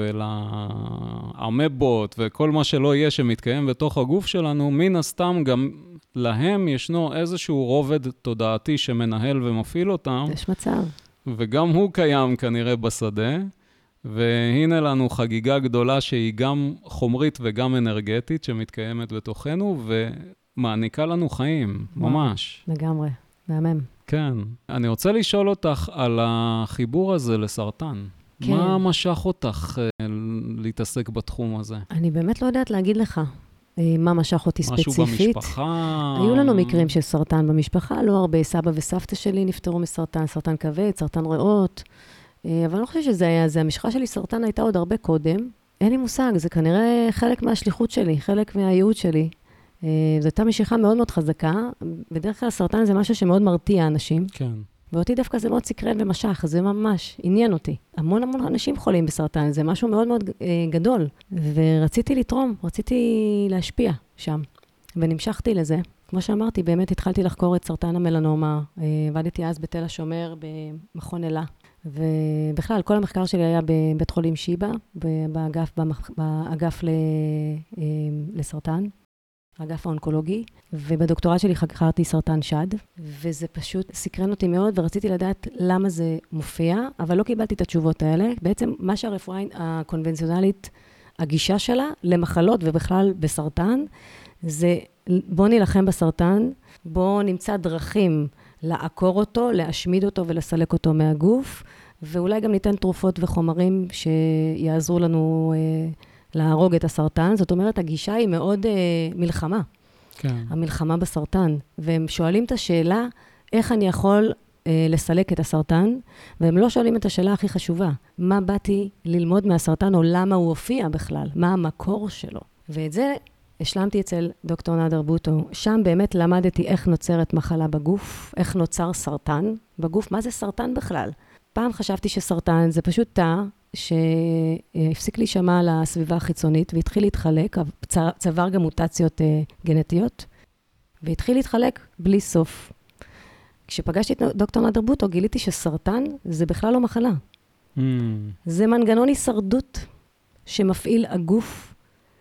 ולאמבות וכל מה שלא יהיה שמתקיים בתוך הגוף שלנו, מן הסתם גם להם ישנו איזשהו רובד תודעתי שמנהל ומפעיל אותם. יש מצב. וגם הוא קיים כנראה בשדה, והנה לנו חגיגה גדולה שהיא גם חומרית וגם אנרגטית שמתקיימת בתוכנו ומעניקה לנו חיים, ממש. לגמרי, מהמם. כן. אני רוצה לשאול אותך על החיבור הזה לסרטן. כן. מה משך אותך להתעסק בתחום הזה? אני באמת לא יודעת להגיד לך מה משך אותי ספציפית. משהו במשפחה? היו לנו מקרים של סרטן במשפחה, לא הרבה. סבא וסבתא שלי נפטרו מסרטן, סרטן כבד, סרטן ריאות. אבל אני לא חושבת שזה היה זה. המשפחה שלי סרטן הייתה עוד הרבה קודם. אין לי מושג, זה כנראה חלק מהשליחות שלי, חלק מהייעוד שלי. זו הייתה משיכה מאוד מאוד חזקה. בדרך כלל סרטן זה משהו שמאוד מרתיע אנשים. כן. ואותי דווקא זה מאוד סקרן ומשך, זה ממש עניין אותי. המון המון אנשים חולים בסרטן, זה משהו מאוד מאוד גדול. ורציתי לתרום, רציתי להשפיע שם. ונמשכתי לזה. כמו שאמרתי, באמת התחלתי לחקור את סרטן המלנומה. עבדתי אז בתל השומר, במכון אלה. ובכלל, כל המחקר שלי היה בבית חולים שיבא, באגף לסרטן. האגף האונקולוגי, ובדוקטורט שלי חקרתי סרטן שד, וזה פשוט סקרן אותי מאוד, ורציתי לדעת למה זה מופיע, אבל לא קיבלתי את התשובות האלה. בעצם מה שהרפואה הקונבנציונלית, הגישה שלה למחלות ובכלל בסרטן, זה בוא נלחם בסרטן, בוא נמצא דרכים לעקור אותו, להשמיד אותו ולסלק אותו מהגוף, ואולי גם ניתן תרופות וחומרים שיעזרו לנו להרוג את הסרטן. זאת אומרת, הגישה היא מאוד מלחמה. כן. המלחמה בסרטן, והם שואלים את השאלה, איך אני יכול לסלק את הסרטן, והם לא שואלים את השאלה הכי חשובה, מה באתי ללמוד מהסרטן, או למה הוא הופיע בכלל, מה המקור שלו. ואת זה השלמתי אצל דוקטור נאדר בוטו. שם באמת למדתי איך נוצרת מחלה בגוף, איך נוצר סרטן בגוף, מה זה סרטן בכלל? פעם חשבתי שסרטן זה פשוט תא שהפסיק להישמע לסביבה החיצונית, והתחיל להתחלק, צבר גם מוטציות גנטיות, והתחיל להתחלק בלי סוף. כשפגשתי את דוקטור נאדר בוטו, גיליתי שסרטן זה בכלל לא מחלה. זה מנגנון הישרדות שמפעיל הגוף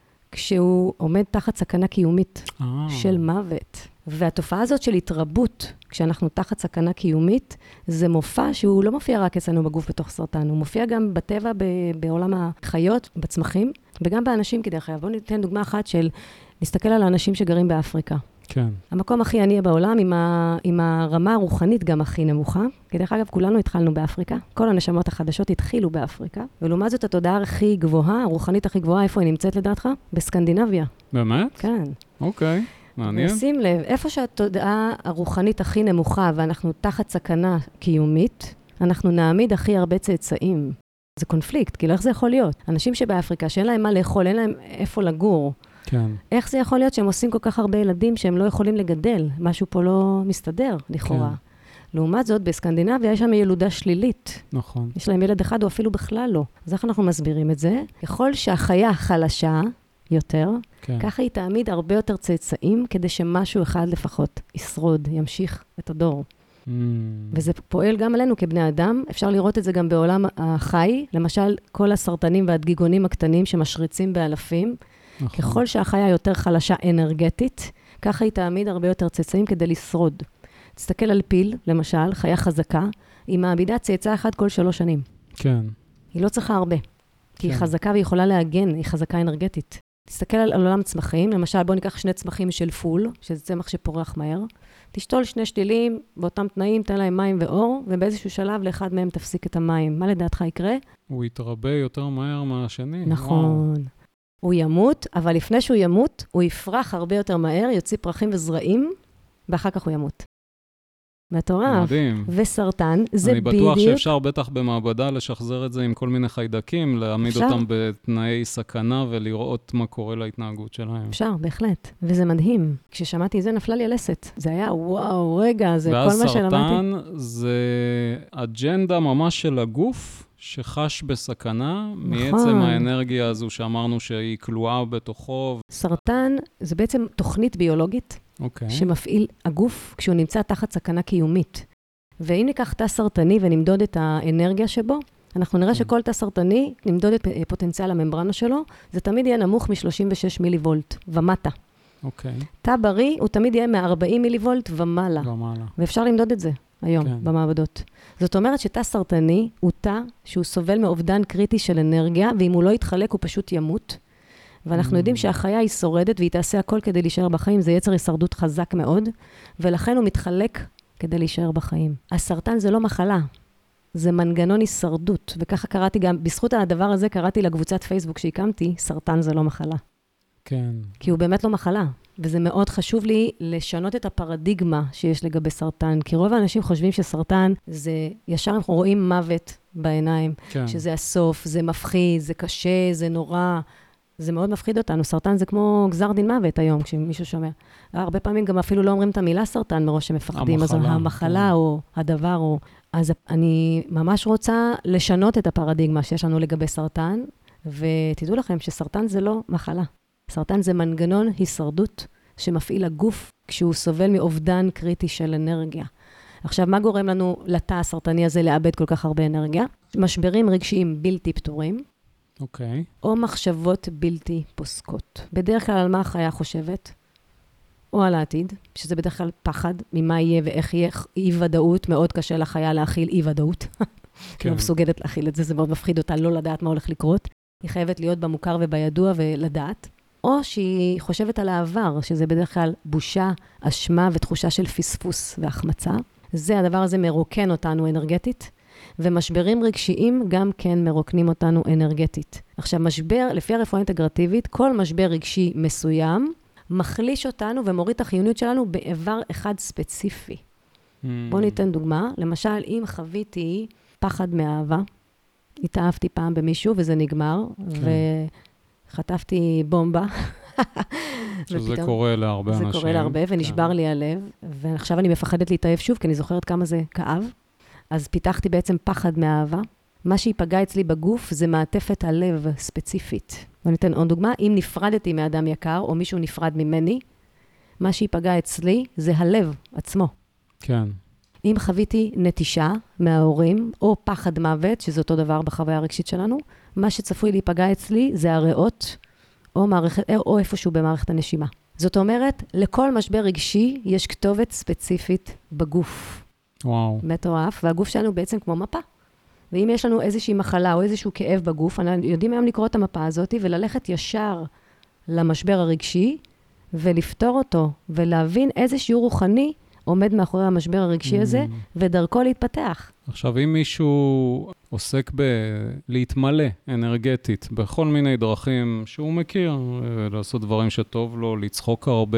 כשהוא עומד תחת סכנה קיומית של מוות. והתופעה הזאת של התרבות, כשאנחנו תחת סכנה קיומית, זה מופע שהוא לא מופיע רק אצלנו בגוף בתוך סרטן, הוא מופיע גם בטבע, בעולם החיות, בצמחים, וגם באנשים כדרך אגב. בואו ניתן דוגמה אחת של להסתכל על האנשים שגרים באפריקה. כן. המקום הכי עני בעולם, עם הרמה הרוחנית גם הכי נמוכה. כדרך אגב, כולנו התחלנו באפריקה. כל הנשמות החדשות התחילו באפריקה. ולעומת זאת, התודעה הכי גבוהה, הרוחנית הכי גבוהה, איפה היא נמצאת לדעתך? בסקנדינביה. באמת? כן. אוקיי, מעניין. ושים לב, איפה שהתודעה הרוחנית הכי נמוכה, ואנחנו תחת סכנה קיומית, אנחנו נעמיד הכי הרבה צאצאים. זה קונפליקט, כאילו איך זה יכול להיות? אנשים שבאפריקה, שאין להם מה לאכול, אין להם איפה לגור, כן. איך זה יכול להיות שהם עושים כל כך הרבה ילדים שהם לא יכולים לגדל? משהו פה לא מסתדר, לכאורה. כן. לעומת זאת, בסקנדינביה יש שם ילודה שלילית. נכון. יש להם ילד אחד או אפילו בכלל לא. אז איך אנחנו מסבירים את זה? ככל שהחיה חלשה יותר, כן. ככה היא תעמיד הרבה יותר צאצאים, כדי שמשהו אחד לפחות ישרוד, ימשיך את הדור. וזה פועל גם עלינו כבני אדם. אפשר לראות את זה גם בעולם החי. למשל, כל הסרטנים והדגיגונים הקטנים שמשריצים באלפים, נכון. ככל שהחיה יותר חלשה אנרגטית, ככה היא תעמיד הרבה יותר צאצאים כדי לשרוד. תסתכל על פיל, למשל, חיה חזקה, היא מעמידה צאצא אחד כל 3 שנים. כן. היא לא צריכה הרבה, כי היא חזקה והיא יכולה להגן, היא חזקה אנרגטית. תסתכל על עולם צמחים, למשל בוא ניקח 2 צמחים של פול, שזה צמח שפורח מהר, תשתול 2 שתילים באותם תנאים, תן להם מים ואור, ובאיזשהו שלב לאחד מהם תפסיק את המים. מה לדעתך יקרה? הוא יתרבה יותר מהר מהשני. נכון. וואו. הוא ימות, אבל לפני שהוא ימות, הוא יפרח הרבה יותר מהר, יוציא פרחים וזרעים, ואחר כך הוא ימות. מטורף. מדהים. וסרטן, זה בדיוק... אני בטוח שאפשר בטח במעבדה לשחזר את זה עם כל מיני חיידקים, להעמיד אותם בתנאי סכנה ולראות מה קורה להתנהגות שלהם. אפשר, בהחלט. וזה מדהים. כששמעתי את זה, נפלה לי הלסת. זה היה, וואו, רגע, זה כל מה שלמדתי. והסרטן זה אג'נדה ממש של הגוף, שחש בסכנה, נכון. מעצם האנרגיה הזו שאמרנו שהיא כלואה בתוכו. סרטן זה בעצם תוכנית ביולוגית, שמפעיל הגוף כשהוא נמצא תחת סכנה קיומית. ואם ניקח תא סרטני ונמדוד את האנרגיה שבו, אנחנו נראה שכל תא סרטני, נמדוד את פוטנציאל הממברנה שלו, זה תמיד יהיה נמוך מ-36 מיליוולט ומטה. תא בריא הוא תמיד יהיה מ-40 מיליוולט ומעלה. ואפשר למדוד את זה היום במעבדות. זאת אומרת שתא סרטני הוא תא שהוא סובל מאובדן קריטי של אנרגיה, ואם הוא לא יתחלק הוא פשוט ימות. ואנחנו יודעים שהחיה היא שורדת והיא תעשה הכל כדי להישאר בחיים, זה יצר הישרדות חזק מאוד, ולכן הוא מתחלק כדי להישאר בחיים. הסרטן זה לא מחלה, זה מנגנון הישרדות, וככה קראתי גם, בזכות הדבר הזה קראתי לקבוצת פייסבוק שהקמתי, סרטן זה לא מחלה. כן. כי הוא באמת לא מחלה, וזה מאוד חשוב לי לשנות את הפרדיגמה שיש לגבי סרטן, כי רוב האנשים חושבים שסרטן זה, ישר אנחנו רואים מוות בעיניים, כן. שזה הסוף, זה מפחיד, זה קשה, זה נורא, זה מאוד מפחיד אותנו. סרטן זה כמו גזר דין מוות היום, כשמישהו שומע. הרבה פעמים גם אפילו לא אומרים את המילה סרטן מראש שמפחדים, אז המחלה או הדבר או... אז אני ממש רוצה לשנות את הפרדיגמה שיש לנו לגבי סרטן, ותדעו לכם שסרטן זה לא מחלה. סרטן זה מנגנון הישרדות שמפעיל הגוף כשהוא סובל מאובדן קריטי של אנרגיה. עכשיו, מה גורם לנו לתא הסרטני הזה לאבד כל כך הרבה אנרגיה? משברים רגשיים בלתי פתורים, או מחשבות בלתי פוסקות. בדרך כלל על מה החיה חושבת? או על העתיד, שזה בדרך כלל פחד ממה יהיה ואיך יהיה אי-ודאות, מאוד קשה לחיה להכיל אי-ודאות. היא לא מסוגלת להכיל את זה, זה מאוד מפחיד אותה לא לדעת מה הולך לקרות. היא חייבת להיות במוכר ובידוע ולדעת. או שהיא חושבת על העבר, שזה בדרך כלל בושה, אשמה ותחושה של פספוס והחמצה. זה, הדבר הזה מרוקן אותנו אנרגטית, ומשברים רגשיים גם כן מרוקנים אותנו אנרגטית. עכשיו, משבר, לפי הרפואה אינטגרטיבית, כל משבר רגשי מסוים מחליש אותנו ומוריד את החיוניות שלנו באיבר אחד ספציפי. בואו ניתן דוגמה. למשל, אם חוויתי פחד מאהבה, התאהבתי פעם במישהו וזה נגמר, וחטפתי בומבה. שזה קורה להרבה אנשים. זה קורה להרבה, ונשבר לי הלב, ועכשיו אני מפחדת להתאהב שוב, כי אני זוכרת כמה זה כאב. אז פיתחתי בעצם פחד מאהבה. מה שיפגע אצלי בגוף זה מעטפת הלב ספציפית. ואני אתן עוד דוגמה, אם נפרדתי מאדם יקר, או מישהו נפרד ממני, מה שיפגע אצלי זה הלב עצמו. כן. אם חוויתי נטישה מההורים, או פחד מוות, שזה אותו דבר בחוויה הרגשית שלנו, מה שצפוי להיפגע אצלי זה הריאות, או איפשהו במערכת הנשימה. זאת אומרת, לכל משבר רגשי יש כתובת ספציפית בגוף. וואו. מטורף, והגוף שלנו בעצם כמו מפה. ואם יש לנו איזושהי מחלה או איזשהו כאב בגוף, אנחנו יודעים היום לקרוא את המפה הזאת וללכת ישר למשבר הרגשי, ולפתור אותו, ולהבין איזה שיעור רוחני עומד מאחורי המשבר הרגשי הזה, ודרכו להתפתח. עכשיו, אם מישהו עוסק להתמלא אנרגטית, בכל מיני דרכים שהוא מכיר, לעשות דברים שטוב לו, לצחוק הרבה,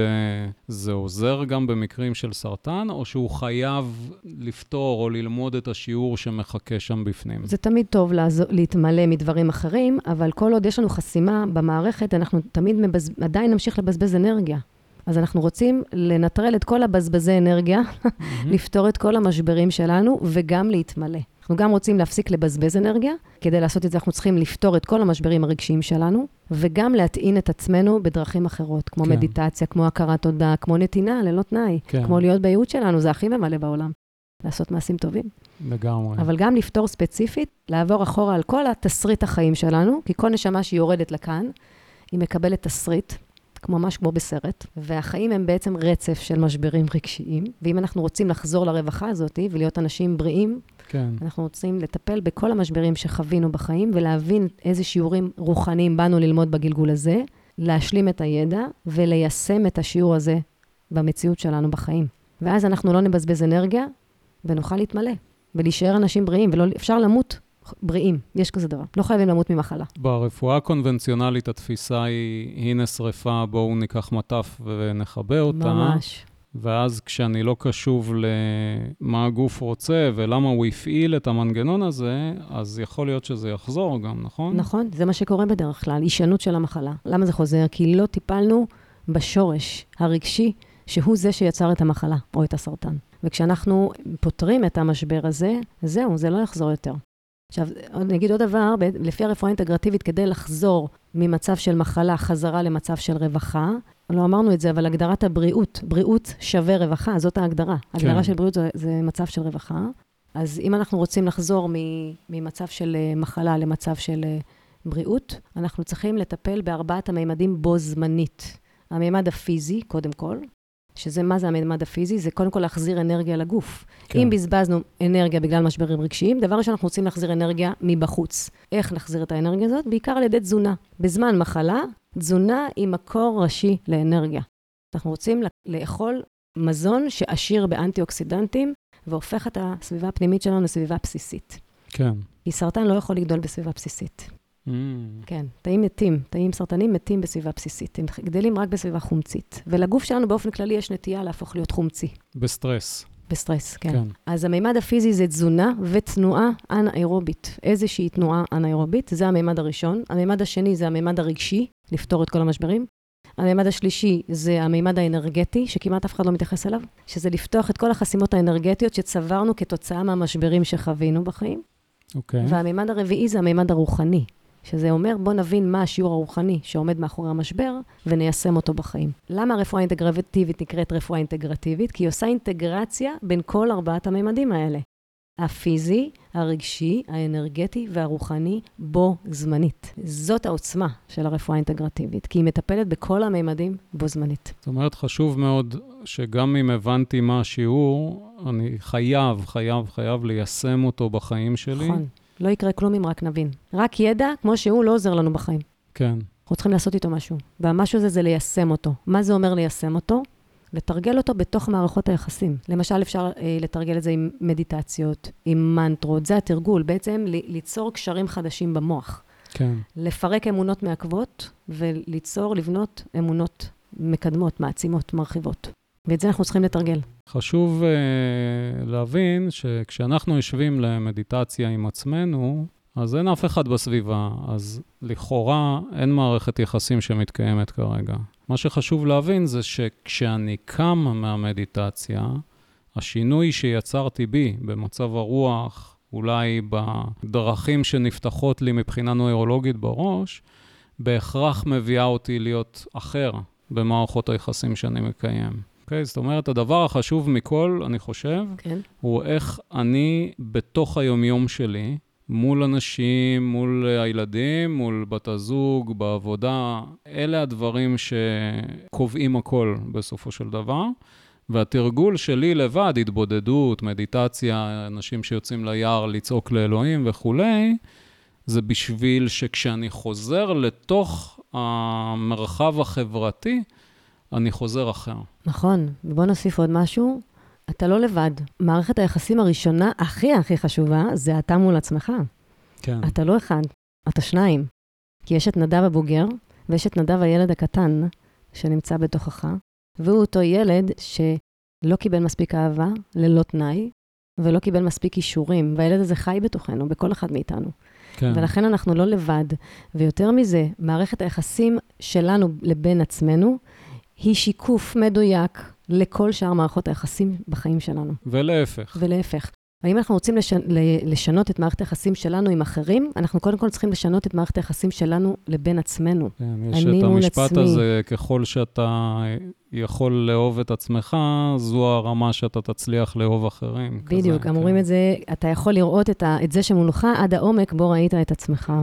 זה עוזר גם במקרים של סרטן, או שהוא חייב לפתור או ללמוד את השיעור שמחכה שם בפנים? זה תמיד טוב להתמלא מדברים אחרים, אבל כל עוד יש לנו חסימה במערכת, אנחנו תמיד עדיין נמשיך לבזבז אנרגיה. אז אנחנו רוצים לנטרל את כל הבזבזי אנרגיה, לפתור את כל המשברים שלנו, וגם להתמלא. אנחנו גם רוצים להפסיק לבזבז אנרגיה, כדי לעשות את זה אנחנו צריכים לפתור את כל המשברים הרגשיים שלנו, וגם להטעין את עצמנו בדרכים אחרות, כמו מדיטציה, כמו הכרת תודה, כמו נתינה, ללא תנאי, כמו להיות בייעוד שלנו, זה הכי ממלא בעולם. לעשות מעשים טובים. לגמרי. אבל גם לפתור ספציפית, לעבור אחורה על כל התסריט החיים שלנו, כי כל נשמה שהיא יורדת לכאן, היא מקבלת תסריט, ממש כמו בסרט, והחיים הם בעצם רצף של משברים רגשיים, ואם אנחנו רוצים לחזור לרווחה הזאת ולהיות אנשים בריאים, כן. אנחנו רוצים לטפל בכל המשברים שחווינו בחיים, ולהבין איזה שיעורים רוחניים באנו ללמוד בגלגול הזה, להשלים את הידע וליישם את השיעור הזה במציאות שלנו בחיים. ואז אנחנו לא נבזבז אנרגיה, ונוכל להתמלא, ולהישאר אנשים בריאים, ולא אפשר למות בריאים, יש כזה דבר. לא חייבים למות ממחלה. ברפואה הקונבנציונלית התפיסה היא, הנה שריפה, בואו ניקח מטף ונחבא אותה. ממש. ואז כשאני לא קשוב למה הגוף רוצה ולמה הוא הפעיל את המנגנון הזה, אז יכול להיות שזה יחזור גם, נכון? נכון, זה מה שקורה בדרך כלל, הישנות של המחלה. למה זה חוזר? כי לא טיפלנו בשורש הרגשי, שהוא זה שיצר את המחלה או את הסרטן. וכשאנחנו פותרים את המשבר הזה, זהו, זה לא יחזור יותר. עכשיו, נגיד עוד דבר, לפי הרפואה האינטגרטיבית, כדי לחזור ממצב של מחלה חזרה למצב של רווחה, לא אמרנו את זה, אבל הגדרת הבריאות, בריאות שווה רווחה, זאת ההגדרה. הגדרה של בריאות זה מצב של רווחה. אז אם אנחנו רוצים לחזור ממצב של מחלה למצב של בריאות, אנחנו צריכים לטפל בארבעת המימדים בו זמנית. המימד הפיזי, קודם כל, שזה מה זה המימד הפיזי? זה קודם כל להחזיר אנרגיה לגוף. כן. אם בזבזנו אנרגיה בגלל משברים רגשיים, דבר ראשון אנחנו רוצים להחזיר אנרגיה מבחוץ. איך נחזיר את האנרגיה הזאת? בעיקר על ידי תזונה. בזמן מחלה, תזונה היא מקור ראשי לאנרגיה. אנחנו רוצים לאכול מזון שעשיר באנטי-אוקסידנטים, והופך את הסביבה הפנימית שלנו לסביבה בסיסית. כן. כי סרטן לא יכול לגדול בסביבה בסיסית. כן, תאים סרטנים מתים בסביבה בסיסית. הם גדלים רק בסביבה חומצית. ולגוף שלנו באופן כללי יש נטייה להפוך להיות חומצי. בסטרס. בסטרס, כן. אז המימד הפיזי זה תזונה ותנועה אנאירובית. איזושהי תנועה אנאירובית, זה המימד הראשון. המימד השני זה המימד הרגשי, לפתור את כל המשברים. המימד השלישי זה המימד האנרגטי, שכמעט אף אחד לא מתייחס אליו, שזה לפתוח את כל החסימות האנרגטיות שצברנו כתוצאה מהמשברים שחווינו בחיים. אוקיי. והמימד הרביעי זה המימד הרוחני. שזה אומר, בוא נבין מה השיעור הרוחני שעומד מאחורי המשבר, וניישם אותו בחיים. למה הרפואה האינטגרטיבית נקראת רפואה אינטגרטיבית? כי היא עושה אינטגרציה בין כל ארבעת הממדים האלה. הפיזי, הרגשי, האנרגטי והרוחני בו זמנית. זאת העוצמה של הרפואה האינטגרטיבית, כי היא מטפלת בכל הממדים בו זמנית. זאת אומרת, חשוב מאוד שגם אם הבנתי מה השיעור, אני חייב ליישם אותו בחיים שלי. נכון. לא יקרה כלום אם רק נבין. רק ידע, כמו שהוא, לא עוזר לנו בחיים. כן. אנחנו צריכים לעשות איתו משהו. והמשהו הזה זה ליישם אותו. מה זה אומר ליישם אותו? לתרגל אותו בתוך מערכות היחסים. למשל, אפשר לתרגל את זה עם מדיטציות, עם מנטרות. זה התרגול. בעצם ליצור קשרים חדשים במוח. כן. לפרק אמונות מעכבות, וליצור, לבנות אמונות מקדמות, מעצימות, מרחיבות. ואת זה אנחנו צריכים לתרגל. חשוב להבין שכשאנחנו יושבים למדיטציה עם עצמנו, אז אין אף אחד בסביבה, אז לכאורה אין מערכת יחסים שמתקיימת כרגע. מה שחשוב להבין זה שכשאני קם מהמדיטציה, השינוי שיצרתי בי במצב הרוח, אולי בדרכים שנפתחות לי מבחינה נוירולוגית בראש, בהכרח מביאה אותי להיות אחר במערכות היחסים שאני מקיים. Okay, זאת אומרת, הדבר החשוב מכל, אני חושב, הוא איך אני בתוך היומיום שלי, מול אנשים, מול הילדים, מול בת הזוג, בעבודה, אלה הדברים שקובעים הכל בסופו של דבר. והתרגול שלי לבד, התבודדות, מדיטציה, אנשים שיוצאים ליער לצעוק לאלוהים וכולי, זה בשביל שכשאני חוזר לתוך המרחב החברתי, אני חוזר אחר. נכון, ובוא נוסיף עוד משהו. אתה לא לבד. מערכת היחסים הראשונה, הכי חשובה, זה אתה מול עצמך. כן. אתה לא אחד, אתה שניים. כי יש את נדב הבוגר, ויש את נדב הילד הקטן, שנמצא בתוכך, והוא אותו ילד שלא קיבל מספיק אהבה, ללא תנאי, ולא קיבל מספיק אישורים, והילד הזה חי בתוכנו, בכל אחד מאיתנו. כן. ולכן אנחנו לא לבד. ויותר מזה, מערכת היחסים שלנו לבין עצמנו, היא שיקוף מדויק לכל שאר מערכות היחסים בחיים שלנו. ולהפך. האם אנחנו רוצים לשנות את מערכת היחסים שלנו עם אחרים, אנחנו קודם כל צריכים לשנות את מערכת היחסים שלנו לבין עצמנו. כן, יש את המשפט הזה, ככל שאתה יכול לאהוב את עצמך, זו הרמה שאתה תצליח לאהוב אחרים. בדיוק, אמורים את זה, אתה יכול לראות את זה שמולך עד העומק בו ראית את עצמך.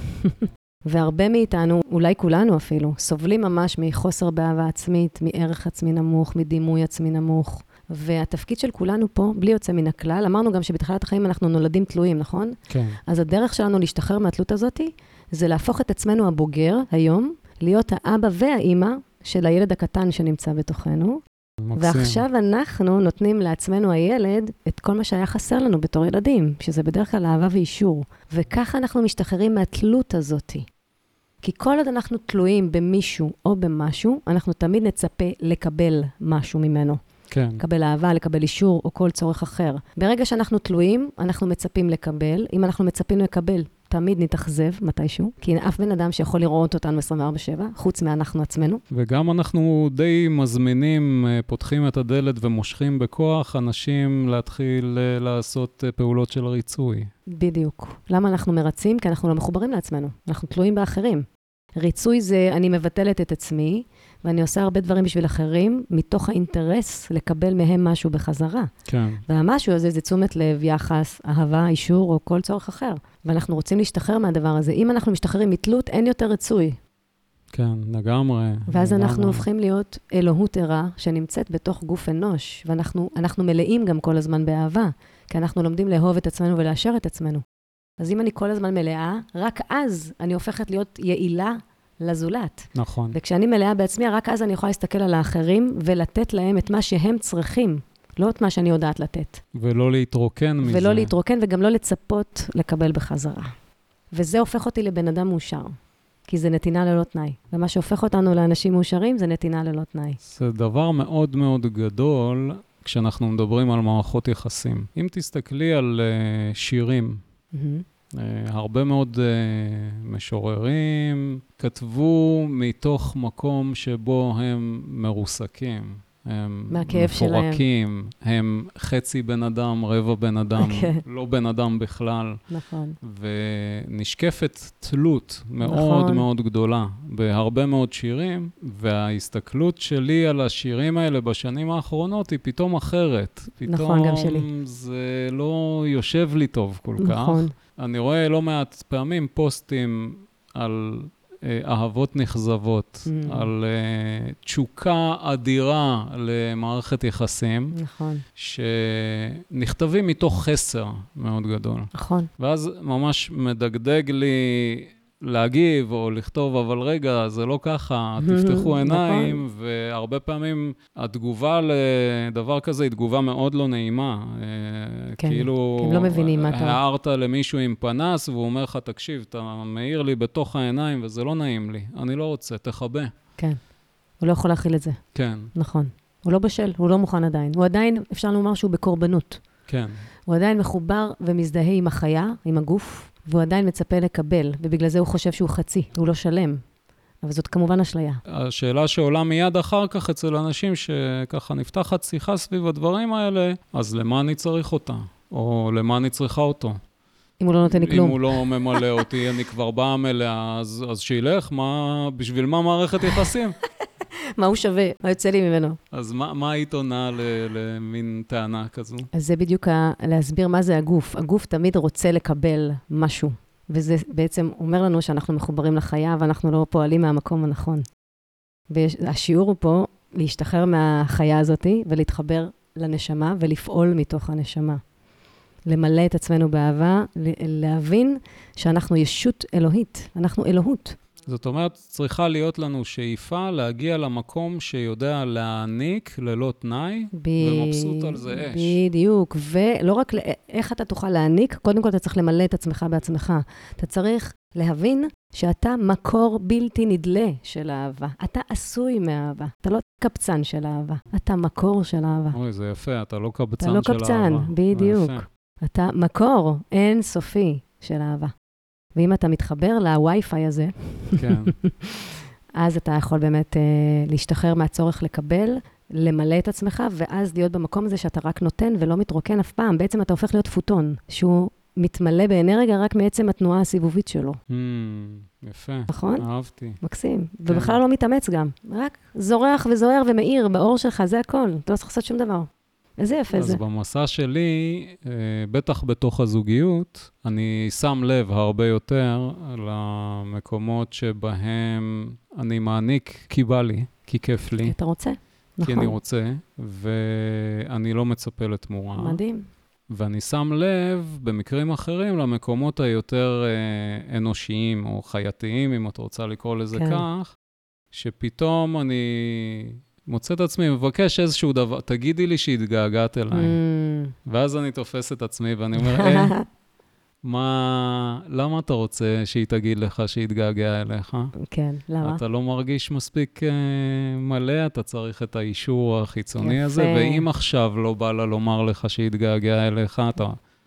והרבה מאיתנו, אולי כולנו אפילו, סובלים ממש מחוסר באהבה עצמית, מערך עצמי נמוך, מדימוי עצמי נמוך. והתפקיד של כולנו פה, בלי יוצא מן הכלל, אמרנו גם שבתחילת החיים אנחנו נולדים תלויים, נכון? כן. אז הדרך שלנו להשתחרר מהתלות הזאת, זה להפוך את עצמנו הבוגר היום, להיות האבא והאימא של הילד הקטן שנמצא בתוכנו. מקסים. ועכשיו אנחנו נותנים לעצמנו הילד את כל מה שהיה חסר לנו בתור ילדים, שזה בדרך כלל אהבה ואישור. וככה אנחנו משתחררים מהתלות הזאת. כי כל עוד אנחנו תלויים במישהו או במשהו, אנחנו תמיד נצפה לקבל משהו ממנו. כן. לקבל אהבה, לקבל אישור או כל צורך אחר. ברגע שאנחנו תלויים, אנחנו מצפים לקבל. אם אנחנו מצפים לקבל, תמיד נתאכזב מתישהו, כי אין אף בן אדם שיכול לראות אותנו 24/7, חוץ מאנחנו עצמנו. וגם אנחנו די מזמינים, פותחים את הדלת ומושכים בכוח אנשים להתחיל לעשות פעולות של ריצוי. בדיוק. למה אנחנו מרצים? כי אנחנו לא מחוברים לעצמנו. אנחנו תלויים באחרים. ריצוי זה אני מבטלת את עצמי, ואני עושה הרבה דברים בשביל אחרים, מתוך האינטרס לקבל מהם משהו בחזרה. כן. והמשהו הזה זה תשומת לב, יחס, אהבה, אישור או כל צורך אחר. ואנחנו רוצים להשתחרר מהדבר הזה. אם אנחנו משתחררים מתלות, אין יותר ריצוי. כן, לגמרי. ואז אנחנו הופכים להיות אלוהות ערה, שנמצאת בתוך גוף אנוש, ואנחנו מלאים גם כל הזמן באהבה, כי אנחנו לומדים לאהוב את עצמנו ולאשר את עצמנו. אז אם אני כל הזמן מלאה, רק אז אני הופכת להיות יעילה לזולת. נכון. וכשאני מלאה בעצמי, רק אז אני יכולה להסתכל על האחרים ולתת להם את מה שהם צריכים, לא את מה שאני יודעת לתת. ולא להתרוקן מזה. ולא להתרוקן וגם לא לצפות לקבל בחזרה. וזה הופך אותי לבן אדם מאושר, כי זה נתינה ללא תנאי. ומה שהופך אותנו לאנשים מאושרים זה נתינה ללא תנאי. זה דבר מאוד מאוד גדול כשאנחנו מדברים על מערכות יחסים. אם תסתכלי על שירים, הרבה מאוד משוררים כתבו מתוך מקום שבו הם מרוסקים, הם מפורקים, הם חצי בן אדם, רבע בן אדם, לא בן אדם בכלל. נכון. ונשקפת תלות מאוד מאוד גדולה בהרבה מאוד שירים, וההסתכלות שלי על השירים האלה בשנים האחרונות היא פתאום אחרת. נכון, גם שלי. פתאום זה לא יושב לי טוב כל כך. נכון. אני רואה לא מעט פעמים פוסטים על אהבות נכזבות, על תשוקה אדירה למערכת יחסים, נכון. שנכתבים מתוך חסר מאוד גדול. נכון. ואז ממש מדגדג לי להגיב או לכתוב, אבל רגע, זה לא ככה, תפתחו עיניים, והרבה פעמים התגובה לדבר כזה היא תגובה מאוד לא נעימה. כאילו, הם לא מבינים מה אתה... הערת למישהו עם פנס, והוא אומר לך, תקשיב, אתה מאיר לי בתוך העיניים, וזה לא נעים לי, אני לא רוצה, תחבא. כן. הוא לא יכול להכיל את זה. כן. נכון. הוא לא בשל, הוא לא מוכן עדיין. הוא עדיין, אפשר לומר שהוא בקורבנות. כן. הוא עדיין מחובר ומזדהה עם החיה, עם הגוף, והוא עדיין מצפה לקבל, ובגלל זה הוא חושב שהוא חצי, הוא לא שלם. אבל זאת כמובן אשליה. השאלה שעולה מיד אחר כך אצל אנשים שככה נפתחת שיחה סביב הדברים האלה, אז למה אני צריך אותה? או למה אני צריכה אותו? אם הוא לא נותן לי כלום. אם הוא לא ממלא אותי, אני כבר באה מלאה, אז שילך, בשביל מה מערכת יחסים? מה הוא שווה? מה יוצא לי ממנו? אז מה היית עונה למין טענה כזו? אז זה בדיוק להסביר מה זה הגוף. הגוף תמיד רוצה לקבל משהו, וזה בעצם אומר לנו שאנחנו מחוברים לחיה, ואנחנו לא פועלים מהמקום הנכון. והשיעור הוא פה להשתחרר מהחיה הזאת, ולהתחבר לנשמה, ולפעול מתוך הנשמה. למלא את עצמנו באהבה, להבין שאנחנו ישות אלוהית, אנחנו אלוהות. זאת אומרת, צריכה להיות לנו שאיפה להגיע למקום שיודע להעניק ללא תנאי, ומבסוט על זה אש. בדיוק, ולא רק איך אתה תוכל להעניק, קודם כל אתה צריך למלא את עצמך בעצמך. אתה צריך להבין שאתה מקור בלתי נדלה של אהבה. אתה עשוי מאהבה. אתה לא קבצן של אהבה, אתה מקור של אהבה. אוי, זה יפה, אתה לא קבצן של אהבה. אתה לא קבצן, בדיוק. יפה. אתה מקור אינסופי של אהבה. ואם אתה מתחבר לווי-פיי הזה, כן. אז אתה יכול באמת להשתחרר מהצורך לקבל, למלא את עצמך, ואז להיות במקום הזה שאתה רק נותן ולא מתרוקן אף פעם. בעצם אתה הופך להיות פוטון, שהוא מתמלא באנרגיה רק מעצם התנועה הסיבובית שלו. יפה. נכון? אהבתי. מקסים. ובכלל לא מתאמץ גם. רק זורח וזוהר ומאיר באור שלך, זה הכל. אתה לא צריך לעשות שום דבר. איזה יפה זה. אז במסע שלי, בטח בתוך הזוגיות, אני שם לב הרבה יותר למקומות שבהם אני מעניק כי בא לי, כי כיף לי. כי אתה רוצה. נכון. כי אני רוצה, ואני לא מצפה לתמורה. מדהים. ואני שם לב במקרים אחרים למקומות היותר אנושיים או חייתיים, אם את רוצה לקרוא לזה כך, שפתאום אני מוצא את עצמי, מבקש איזשהו דבר, תגידי לי שהתגעגעת אליי. ואז אני תופס את עצמי ואני אומר, למה אתה רוצה שהיא תגיד לך שהתגעגעה אליך? כן, למה? אתה לא מרגיש מספיק מלא, אתה צריך את האישור החיצוני הזה, ואם עכשיו לא בא לה לומר לך שהתגעגעה אליך, אתה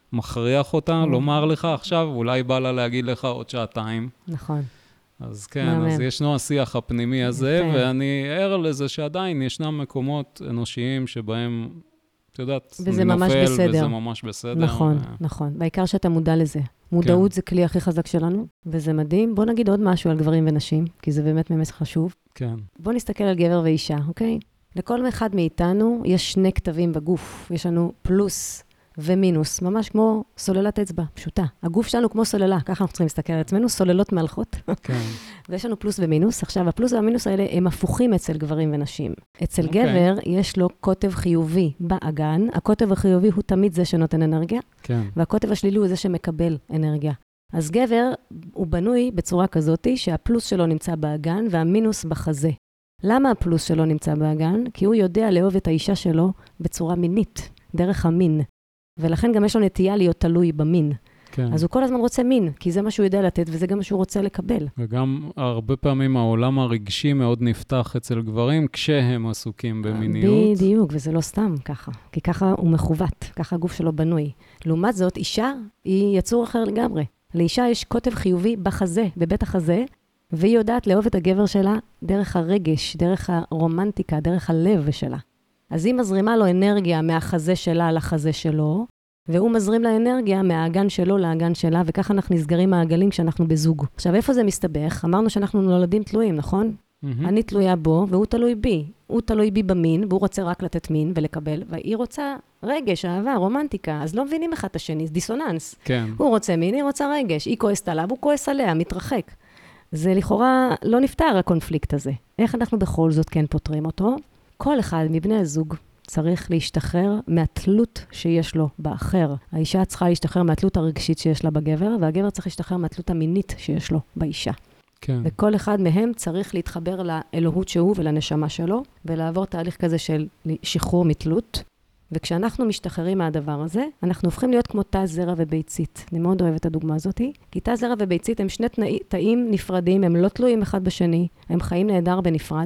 מכריח אותה לומר לך עכשיו, אולי בא לה להגיד לך עוד שעתיים. נכון. אז כן, אז ישנו השיח הפנימי הזה, ואני ער לזה שעדיין ישנם מקומות אנושיים שבהם, את יודעת, וזה ממש בסדר. וזה ממש בסדר. נכון, נכון. בעיקר שאתה מודע לזה. מודעות זה כלי הכי חזק שלנו, וזה מדהים. בוא נגיד עוד משהו על גברים ונשים, כי זה באמת ממש חשוב. כן. בוא נסתכל על גבר ואישה, אוקיי? לכל אחד מאיתנו יש שני כתבים בגוף. יש לנו פלוס ומינוס, ממש כמו סוללת אצבע, פשוטה. הגוף שלנו כמו סוללה, ככה אנחנו צריכים להסתכל על עצמנו, סוללות מהלכות. כן. ויש לנו פלוס ומינוס. עכשיו, הפלוס והמינוס האלה הם הפוכים אצל גברים ונשים. אצל גבר יש לו קוטב חיובי באגן. הקוטב החיובי הוא תמיד זה שנותן אנרגיה, והקוטב השלילי הוא זה שמקבל אנרגיה. אז גבר הוא בנוי בצורה כזאת שהפלוס שלו נמצא באגן והמינוס בחזה. למה הפלוס שלו נמצא באגן? כי הוא יודע לאהוב את האישה שלו בצורה מינית, דרך המין. ולכן גם יש לו נטייה להיות תלוי במין. כן. אז הוא כל הזמן רוצה מין, כי זה מה שהוא יודע לתת, וזה גם מה שהוא רוצה לקבל. וגם הרבה פעמים העולם הרגשי מאוד נפתח אצל גברים, כשהם עסוקים במיניות. בדיוק, וזה לא סתם ככה. כי ככה הוא מכוות, ככה הגוף שלו בנוי. לעומת זאת, אישה היא יצור אחר לגמרי. לאישה יש קוטב חיובי בחזה, בבית החזה, והיא יודעת לאהוב את הגבר שלה דרך הרגש, דרך הרומנטיקה, דרך הלב שלה. אז היא מזרימה לו אנרגיה מהחזה שלה לחזה שלו, והוא מזרים לה אנרגיה מהאגן שלו לאגן שלה, וככה אנחנו נסגרים מעגלים כשאנחנו בזוג. עכשיו, איפה זה מסתבך? אמרנו שאנחנו נולדים תלויים, נכון? אני תלויה בו, והוא תלוי בי. הוא תלוי בי במין, והוא רוצה רק לתת מין ולקבל, והיא רוצה רגש, אהבה, רומנטיקה. אז לא מבינים אחד את השני, דיסוננס. כן. הוא רוצה מין, היא רוצה רגש. היא כועסת עליו, הוא כועס עליה, מתרחק. זה לכאורה לא נפתר הקונפליקט הזה. איך אנחנו בכל זאת כן פותרים אותו? כל אחד מבני הזוג צריך להשתחרר מהתלות שיש לו באחר. האישה צריכה להשתחרר מהתלות הרגשית שיש לה בגבר, והגבר צריך להשתחרר מהתלות המינית שיש לו באישה. כן. וכל אחד מהם צריך להתחבר לאלוהות שהוא ולנשמה שלו, ולעבור תהליך כזה של שחרור מתלות. וכשאנחנו משתחררים מהדבר הזה, אנחנו הופכים להיות כמו תא זרע וביצית. אני מאוד אוהבת את הדוגמה הזאת, כי תא זרע וביצית הם שני תאים נפרדים, הם לא תלויים אחד בשני, הם חיים נהדר בנפרד,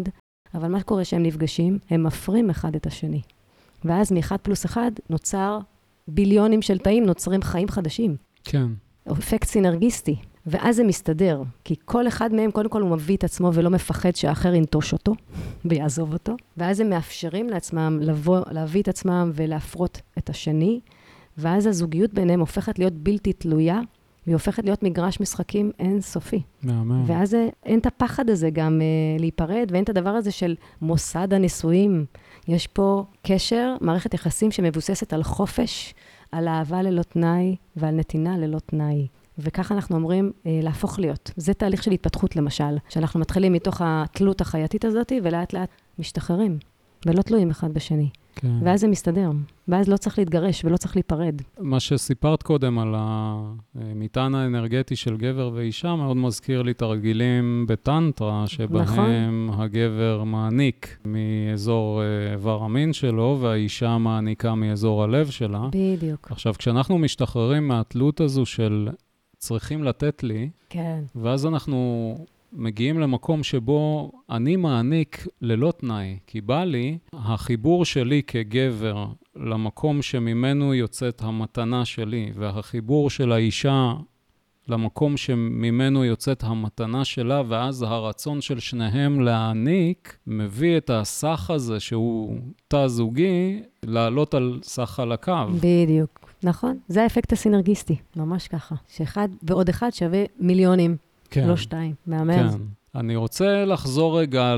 אבל מה שקורה שהם נפגשים, הם מפרים אחד את השני. ואז מ1+1 נוצר ביליונים של תאים, נוצרים חיים חדשים. כן. אפקט סינרגיסטי. ואז זה מסתדר, כי כל אחד מהם, קודם כל הוא מביא את עצמו ולא מפחד שהאחר ינטוש אותו ויעזוב אותו. ואז הם מאפשרים לעצמם להביא את עצמם ולהפרות את השני, ואז הזוגיות ביניהם הופכת להיות בלתי תלויה, והיא הופכת להיות מגרש משחקים אינסופי. מאמן. ואז אין את הפחד הזה גם להיפרד, ואין את הדבר הזה של מוסד הנישואים. יש פה קשר, מערכת יחסים שמבוססת על חופש, על אהבה ללא תנאי ועל נתינה ללא תנאי. וככה אנחנו אומרים להפוך להיות. זה תהליך של התפתחות למשל, שאנחנו מתחילים מתוך התלות החייתית הזאת, ולאט לאט משתחררים, ולא תלויים אחד בשני. כן. ואז זה מסתדר. ואז לא צריך להתגרש ולא צריך להיפרד. מה שסיפרת קודם על המטען האנרגטי של גבר ואישה, מאוד מזכיר לי תרגילים בטנטרה, שבהם נכון. הגבר מעניק מאזור איבר המין שלו, והאישה מעניקה מאזור הלב שלה. בדיוק. עכשיו, כשאנחנו משתחררים מהתלות הזו של צריכים לתת לי, כן. ואז אנחנו מגיעים למקום שבו אני מעניק ללא תנאי, כי בא לי החיבור שלי כגבר למקום שממנו יוצאת המתנה שלי, והחיבור של האישה למקום שממנו יוצאת המתנה שלה, ואז הרצון של שניהם להעניק, מביא את הסך הזה שהוא תא זוגי, לעלות על סך חלקיו. בדיוק, נכון. זה האפקט הסינרגיסטי, ממש ככה. שאחד ועוד אחד שווה מיליונים. כן. לא 2, מהמר. כן. אני רוצה לחזור רגע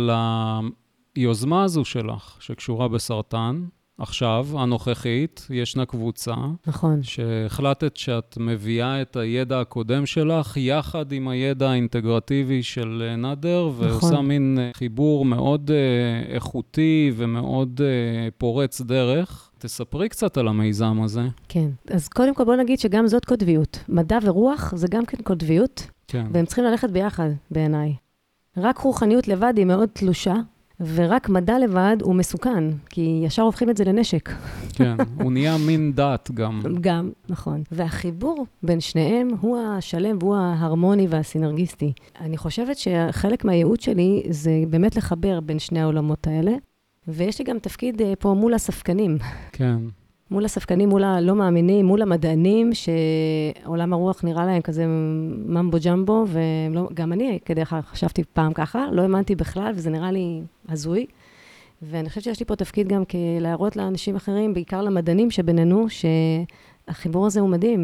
ליוזמה הזו שלך, שקשורה בסרטן. עכשיו, הנוכחית, ישנה קבוצה. נכון. שהחלטת שאת מביאה את הידע הקודם שלך, יחד עם הידע האינטגרטיבי של נדר, נכון. ועושה מין חיבור מאוד איכותי ומאוד פורץ דרך. תספרי קצת על המיזם הזה. כן. אז קודם כל בוא נגיד שגם זאת קודביות. מדע ורוח זה גם כן קודביות. כן. והם צריכים ללכת ביחד, בעיניי. רק רוחניות לבד היא מאוד תלושה, ורק מדע לבד הוא מסוכן, כי ישר הופכים את זה לנשק. כן, הוא נהיה מין דת גם. גם, נכון. והחיבור בין שניהם הוא השלם והוא ההרמוני והסינרגיסטי. אני חושבת שחלק מהייעוד שלי זה באמת לחבר בין שני העולמות האלה, ויש לי גם תפקיד פה מול הספקנים. כן. מול הספקנים, מול הלא מאמינים, מול המדענים, שעולם הרוח נראה להם כזה ממבו ג'מבו, וגם אני, כדי חשבתי פעם ככה, לא האמנתי בכלל, וזה נראה לי הזוי. ואני חושבת שיש לי פה תפקיד גם להראות לאנשים אחרים, בעיקר למדענים שבינינו, שהחיבור הזה הוא מדהים,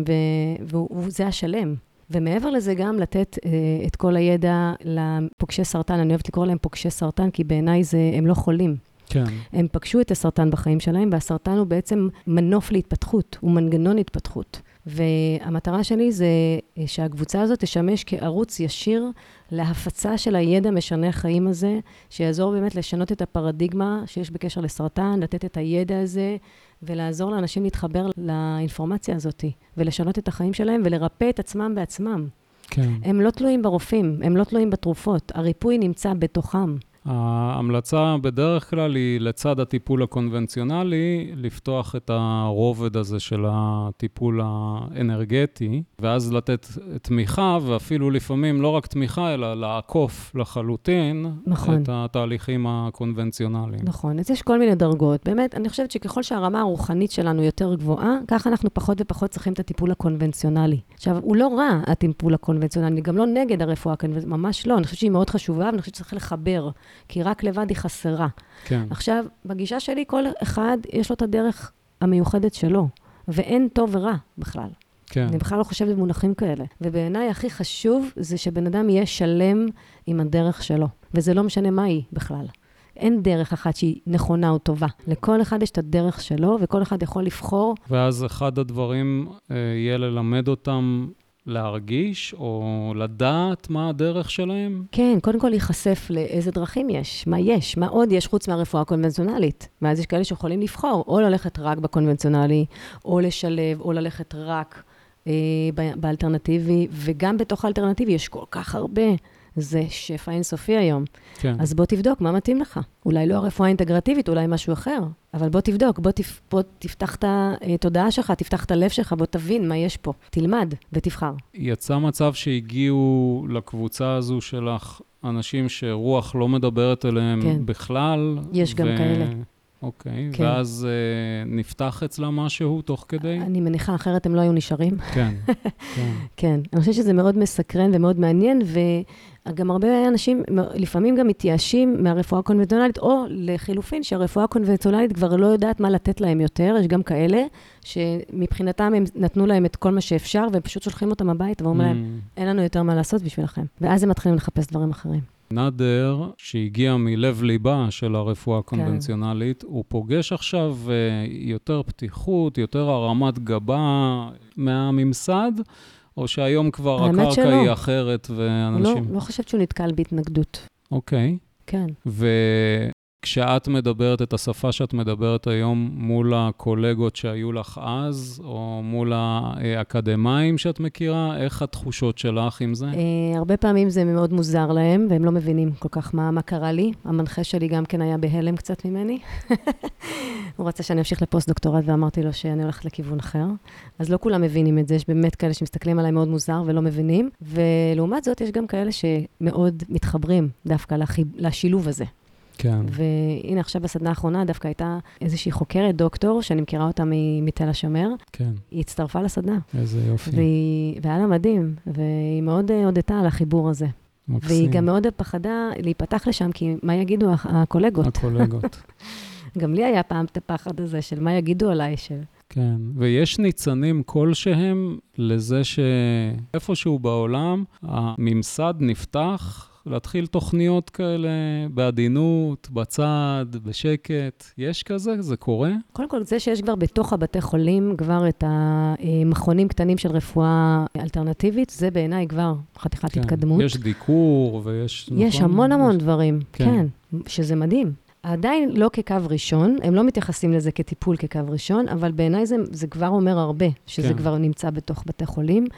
וזה השלם. ומעבר לזה גם לתת את כל הידע לפוגשי סרטן, אני אוהבת לקרוא להם פוגשי סרטן, כי בעיניי הם לא חולים. כן. הם פגשו את הסרטן בחיים שלהם, והסרטן הוא בעצם מנוף להתפתחות, הוא מנגנון התפתחות. והמטרה שלי זה שהקבוצה הזאת תשמש כערוץ ישיר להפצה של הידע משנה החיים הזה, שיעזור באמת לשנות את הפרדיגמה שיש בקשר לסרטן, לתת את הידע הזה, ולעזור לאנשים להתחבר לאינפורמציה הזאת, ולשנות את החיים שלהם, ולרפא את עצמם בעצמם. כן. הם לא תלויים ברופאים, הם לא תלויים בתרופות, הריפוי נמצא בתוכם. ההמלצה בדרך כלל היא לצד הטיפול הקונבנציונלי, לפתוח את הרובד הזה של הטיפול האנרגטי, ואז לתת תמיכה, ואפילו לפעמים לא רק תמיכה, אלא לעקוף לחלוטין נכון. את התהליכים הקונבנציונליים. נכון, אז יש כל מיני דרגות. באמת, אני חושבת שככל שהרמה הרוחנית שלנו יותר גבוהה, ככה אנחנו פחות ופחות צריכים את הטיפול הקונבנציונלי. עכשיו, הוא לא רע, הטיפול הקונבנציונלי, אני גם לא נגד הרפואה הקונבנציונלית, ממש לא, אני חושבת שהיא מאוד חשובה, ואני חושבת שצריך לחבר. כי רק לבד היא חסרה. כן. עכשיו, בגישה שלי, כל אחד יש לו את הדרך המיוחדת שלו, ואין טוב ורע בכלל. כן. אני בכלל לא חושבת במונחים כאלה. ובעיניי הכי חשוב זה שבן אדם יהיה שלם עם הדרך שלו, וזה לא משנה מה היא בכלל. אין דרך אחת שהיא נכונה או טובה. לכל אחד יש את הדרך שלו, וכל אחד יכול לבחור. ואז אחד הדברים יהיה ללמד אותם להרגיש או לדעת מה הדרך שלהם? כן, קודם כל להיחשף לאיזה דרכים יש, מה עוד יש חוץ מהרפואה הקונבנציונלית. ואז יש כאלה שיכולים לבחור, או ללכת רק בקונבנציונלי, או לשלב, או ללכת רק באלטרנטיבי, וגם בתוך האלטרנטיבי יש כל כך הרבה. זה שפע אינסופי היום. כן. אז בוא תבדוק מה מתאים לך. אולי לא הרפואה האינטגרטיבית, אולי משהו אחר, אבל בוא תבדוק, בוא תפתח את התודעה שלך, תפתח את הלב שלך, בוא תבין מה יש פה. תלמד ותבחר. יצא מצב שהגיעו לקבוצה הזו שלך אנשים שרוח לא מדברת אליהם בכלל. יש גם כאלה. אוקיי, ואז נפתח אצלה משהו תוך כדי? אני מניחה, אחרת הם לא היו נשארים. כן, כן. כן, אני חושבת שזה מאוד מסקרן ומאוד מעניין, וגם הרבה אנשים לפעמים גם מתייאשים מהרפואה הקונבנציונלית, או לחילופין שהרפואה הקונבנציונלית כבר לא יודעת מה לתת להם יותר, יש גם כאלה שמבחינתם הם נתנו להם את כל מה שאפשר, והם פשוט שולחים אותם הביתה ואומרים להם, אין לנו יותר מה לעשות בשבילכם. ואז הם מתחילים לחפש דברים אחרים. נאדר, שהגיע מלב ליבה של הרפואה הקונבנציונלית, הוא פוגש עכשיו יותר פתיחות, יותר הרמת גבה מהממסד, או שהיום כבר הקרקע היא אחרת ואנשים... לא חושבת שהוא נתקל בהתנגדות. אוקיי. כן. כשאת מדברת את השפה שאת מדברת היום מול הקולגות שהיו לך אז, או מול האקדמיים שאת מכירה, איך התחושות שלך עם זה? הרבה פעמים זה מאוד מוזר להם, והם לא מבינים כל כך מה קרה לי. המנחה שלי גם כן היה בהלם קצת ממני. הוא רצה שאני אמשיך לפוסט-דוקטורט, ואמרתי לו שאני הולכת לכיוון אחר. אז לא כולם מבינים את זה, יש באמת כאלה שמסתכלים עליי מאוד מוזר ולא מבינים. ולעומת זאת, יש גם כאלה שמאוד מתחברים דווקא לשילוב הזה. כן. והנה עכשיו בסדנה האחרונה דווקא הייתה איזושהי חוקרת דוקטור, שאני מכירה אותה מתל השומר. כן. היא הצטרפה לסדנה. איזה יופי. והיה לה מדהים, והיא מאוד הודתה על החיבור הזה. מקסים. והיא גם מאוד פחדה להיפתח לשם, כי מה יגידו הקולגות? הקולגות. גם לי היה פעם את הפחד הזה של מה יגידו עליי. כן, ויש ניצנים כלשהם לזה שאיפשהו בעולם הממסד נפתח, להתחיל תוכניות כאלה בעדינות, בצד, בשקט. יש כזה? זה קורה? קודם כל, זה שיש כבר בתוך הבתי חולים כבר את המכונים קטנים של רפואה אלטרנטיבית, זה בעיניי כבר חתיכת התקדמות. יש דיקור ויש... יש המון דברים, כן, שזה מדהים. עדיין לא כקו ראשון, הם לא מתייחסים לזה כטיפול כקו ראשון, אבל בעיניי זה כבר אומר הרבה, שזה כבר נמצא בתוך בתי חולים.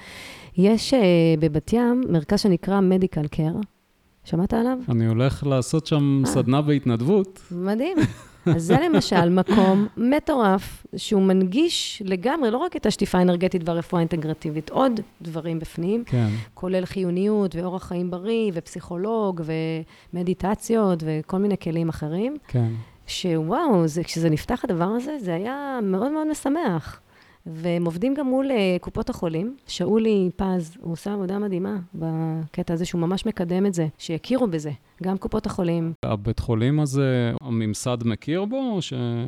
יש בבת ים מרכז שנקרא Medical Care, שמעת עליו? אני הולך לעשות שם סדנה בהתנדבות. מדהים. אז זה למשל מקום מטורף, שהוא מנגיש לגמרי, לא רק את השטיפה האנרגטית והרפואה האינטגרטיבית, עוד דברים בפנים, כן. כולל חיוניות ואורח חיים בריא, ופסיכולוג, ומדיטציות, וכל מיני כלים אחרים. כן. שוואו, כשזה נפתח הדבר הזה, זה היה מאוד מאוד משמח. והם עובדים גם מול קופות החולים. שאולי פז, הוא עושה עבודה מדהימה בקטע הזה, שהוא ממש מקדם את זה, שיכירו בזה, גם קופות החולים. הבית חולים הזה, הממסד מכיר בו, או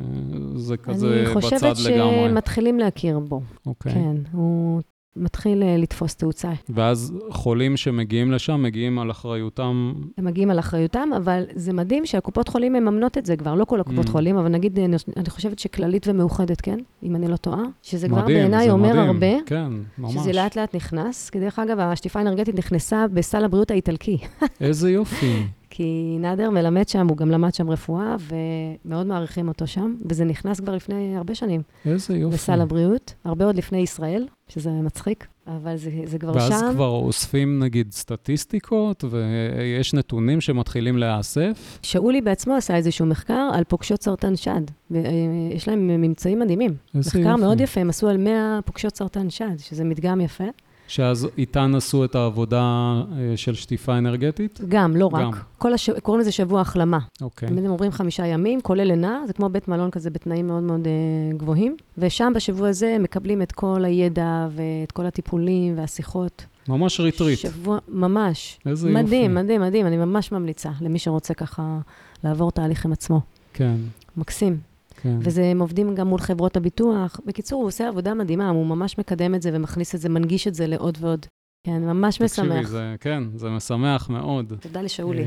שזה כזה בצד לגמרי? אני חושבת שמתחילים להכיר בו. אוקיי. כן, הוא מתחיל לתפוס תאוצה. ואז חולים שמגיעים לשם, מגיעים על אחריותם? הם מגיעים על אחריותם, אבל זה מדהים שהקופות חולים מממנות את זה כבר, לא כל הקופות חולים, אבל נגיד, אני חושבת שכללית ומאוחדת, כן? אם אני לא טועה, שזה כבר בעיניי אומר הרבה, כן, ממש. שזה לאט לאט נכנס, כי דרך אגב, השטיפה האנרגטית נכנסה בסל הבריאות האיטלקי. איזה יופי. כי נאדר מלמד שם, הוא גם למד שם רפואה, ומאוד מעריכים אותו שם, וזה נכנס כבר לפני הרבה שנים. איזה יופי. בסל הבריאות, הרבה עוד לפני ישראל, שזה מצחיק, אבל זה כבר ואז שם. ואז כבר אוספים נגיד סטטיסטיקות, ויש נתונים שמתחילים להיאסף. שאולי בעצמו עשה איזשהו מחקר על פוגשות סרטן שד, ויש להם ממצאים מדהימים. מחקר יופי. מאוד יפה, הם עשו על 100 פוגשות סרטן שד, שזה מדגם יפה. שאז איתן עשו את העבודה של שטיפה אנרגטית? גם, לא רק. קוראים לזה שבוע החלמה. אוקיי. הם אומרים 5 ימים, כולל לינה, זה כמו בית מלון כזה בתנאים מאוד מאוד גבוהים. ושם בשבוע הזה מקבלים את כל הידע ואת כל הטיפולים והשיחות. ממש ריטריט. שבוע, ממש. איזה יופי. מדהים, מדהים, מדהים. אני ממש ממליצה למי שרוצה ככה לעבור תהליך עם עצמו. כן. מקסים. כן. וזה, הם עובדים גם מול חברות הביטוח. בקיצור, הוא עושה עבודה מדהימה, הוא ממש מקדם את זה ומכניס את זה, מנגיש את זה לעוד ועוד. כן, ממש משמח. תקשיבי, כן, זה משמח מאוד. תודה לשאולי.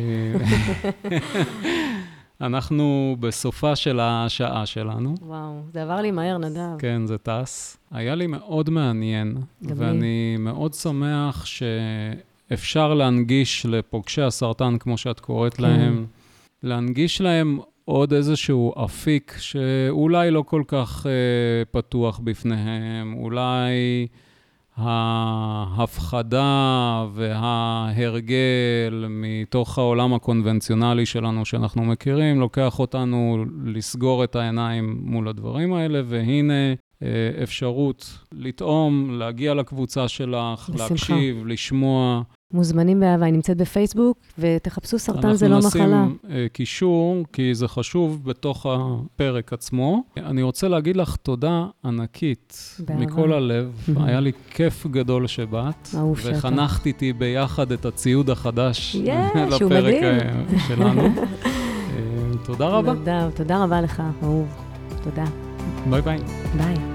אנחנו בסופה של השעה שלנו. וואו, זה עבר לי מהר, נדב. כן, זה טס. היה לי מאוד מעניין, ואני מאוד שמח שאפשר להנגיש לפוגשי הסרטן, כמו שאת קוראת להם, להנגיש להם עוד איזשהו אפיק שאולי לא כל כך פתוח בפניהם, אולי ההפחדה וההרגל מתוך העולם הקונבנציונלי שלנו שאנחנו מכירים, לוקח אותנו לסגור את העיניים מול הדברים האלה, והנה אפשרות לטעום, להגיע לקבוצה שלך, להקשיב, לשמוע, מוזמנים באהבה, היא נמצאת בפייסבוק, ותחפשו סרטן זה לא מחלה. אנחנו נשים קישור, כי זה חשוב בתוך הפרק עצמו. אני רוצה להגיד לך תודה ענקית, מכל הלב. היה לי כיף גדול שבאת, וחנכת איתי ביחד את הציוד החדש לפרק שלנו. תודה רבה. תודה רבה לך, אהוב. תודה. ביי ביי. ביי.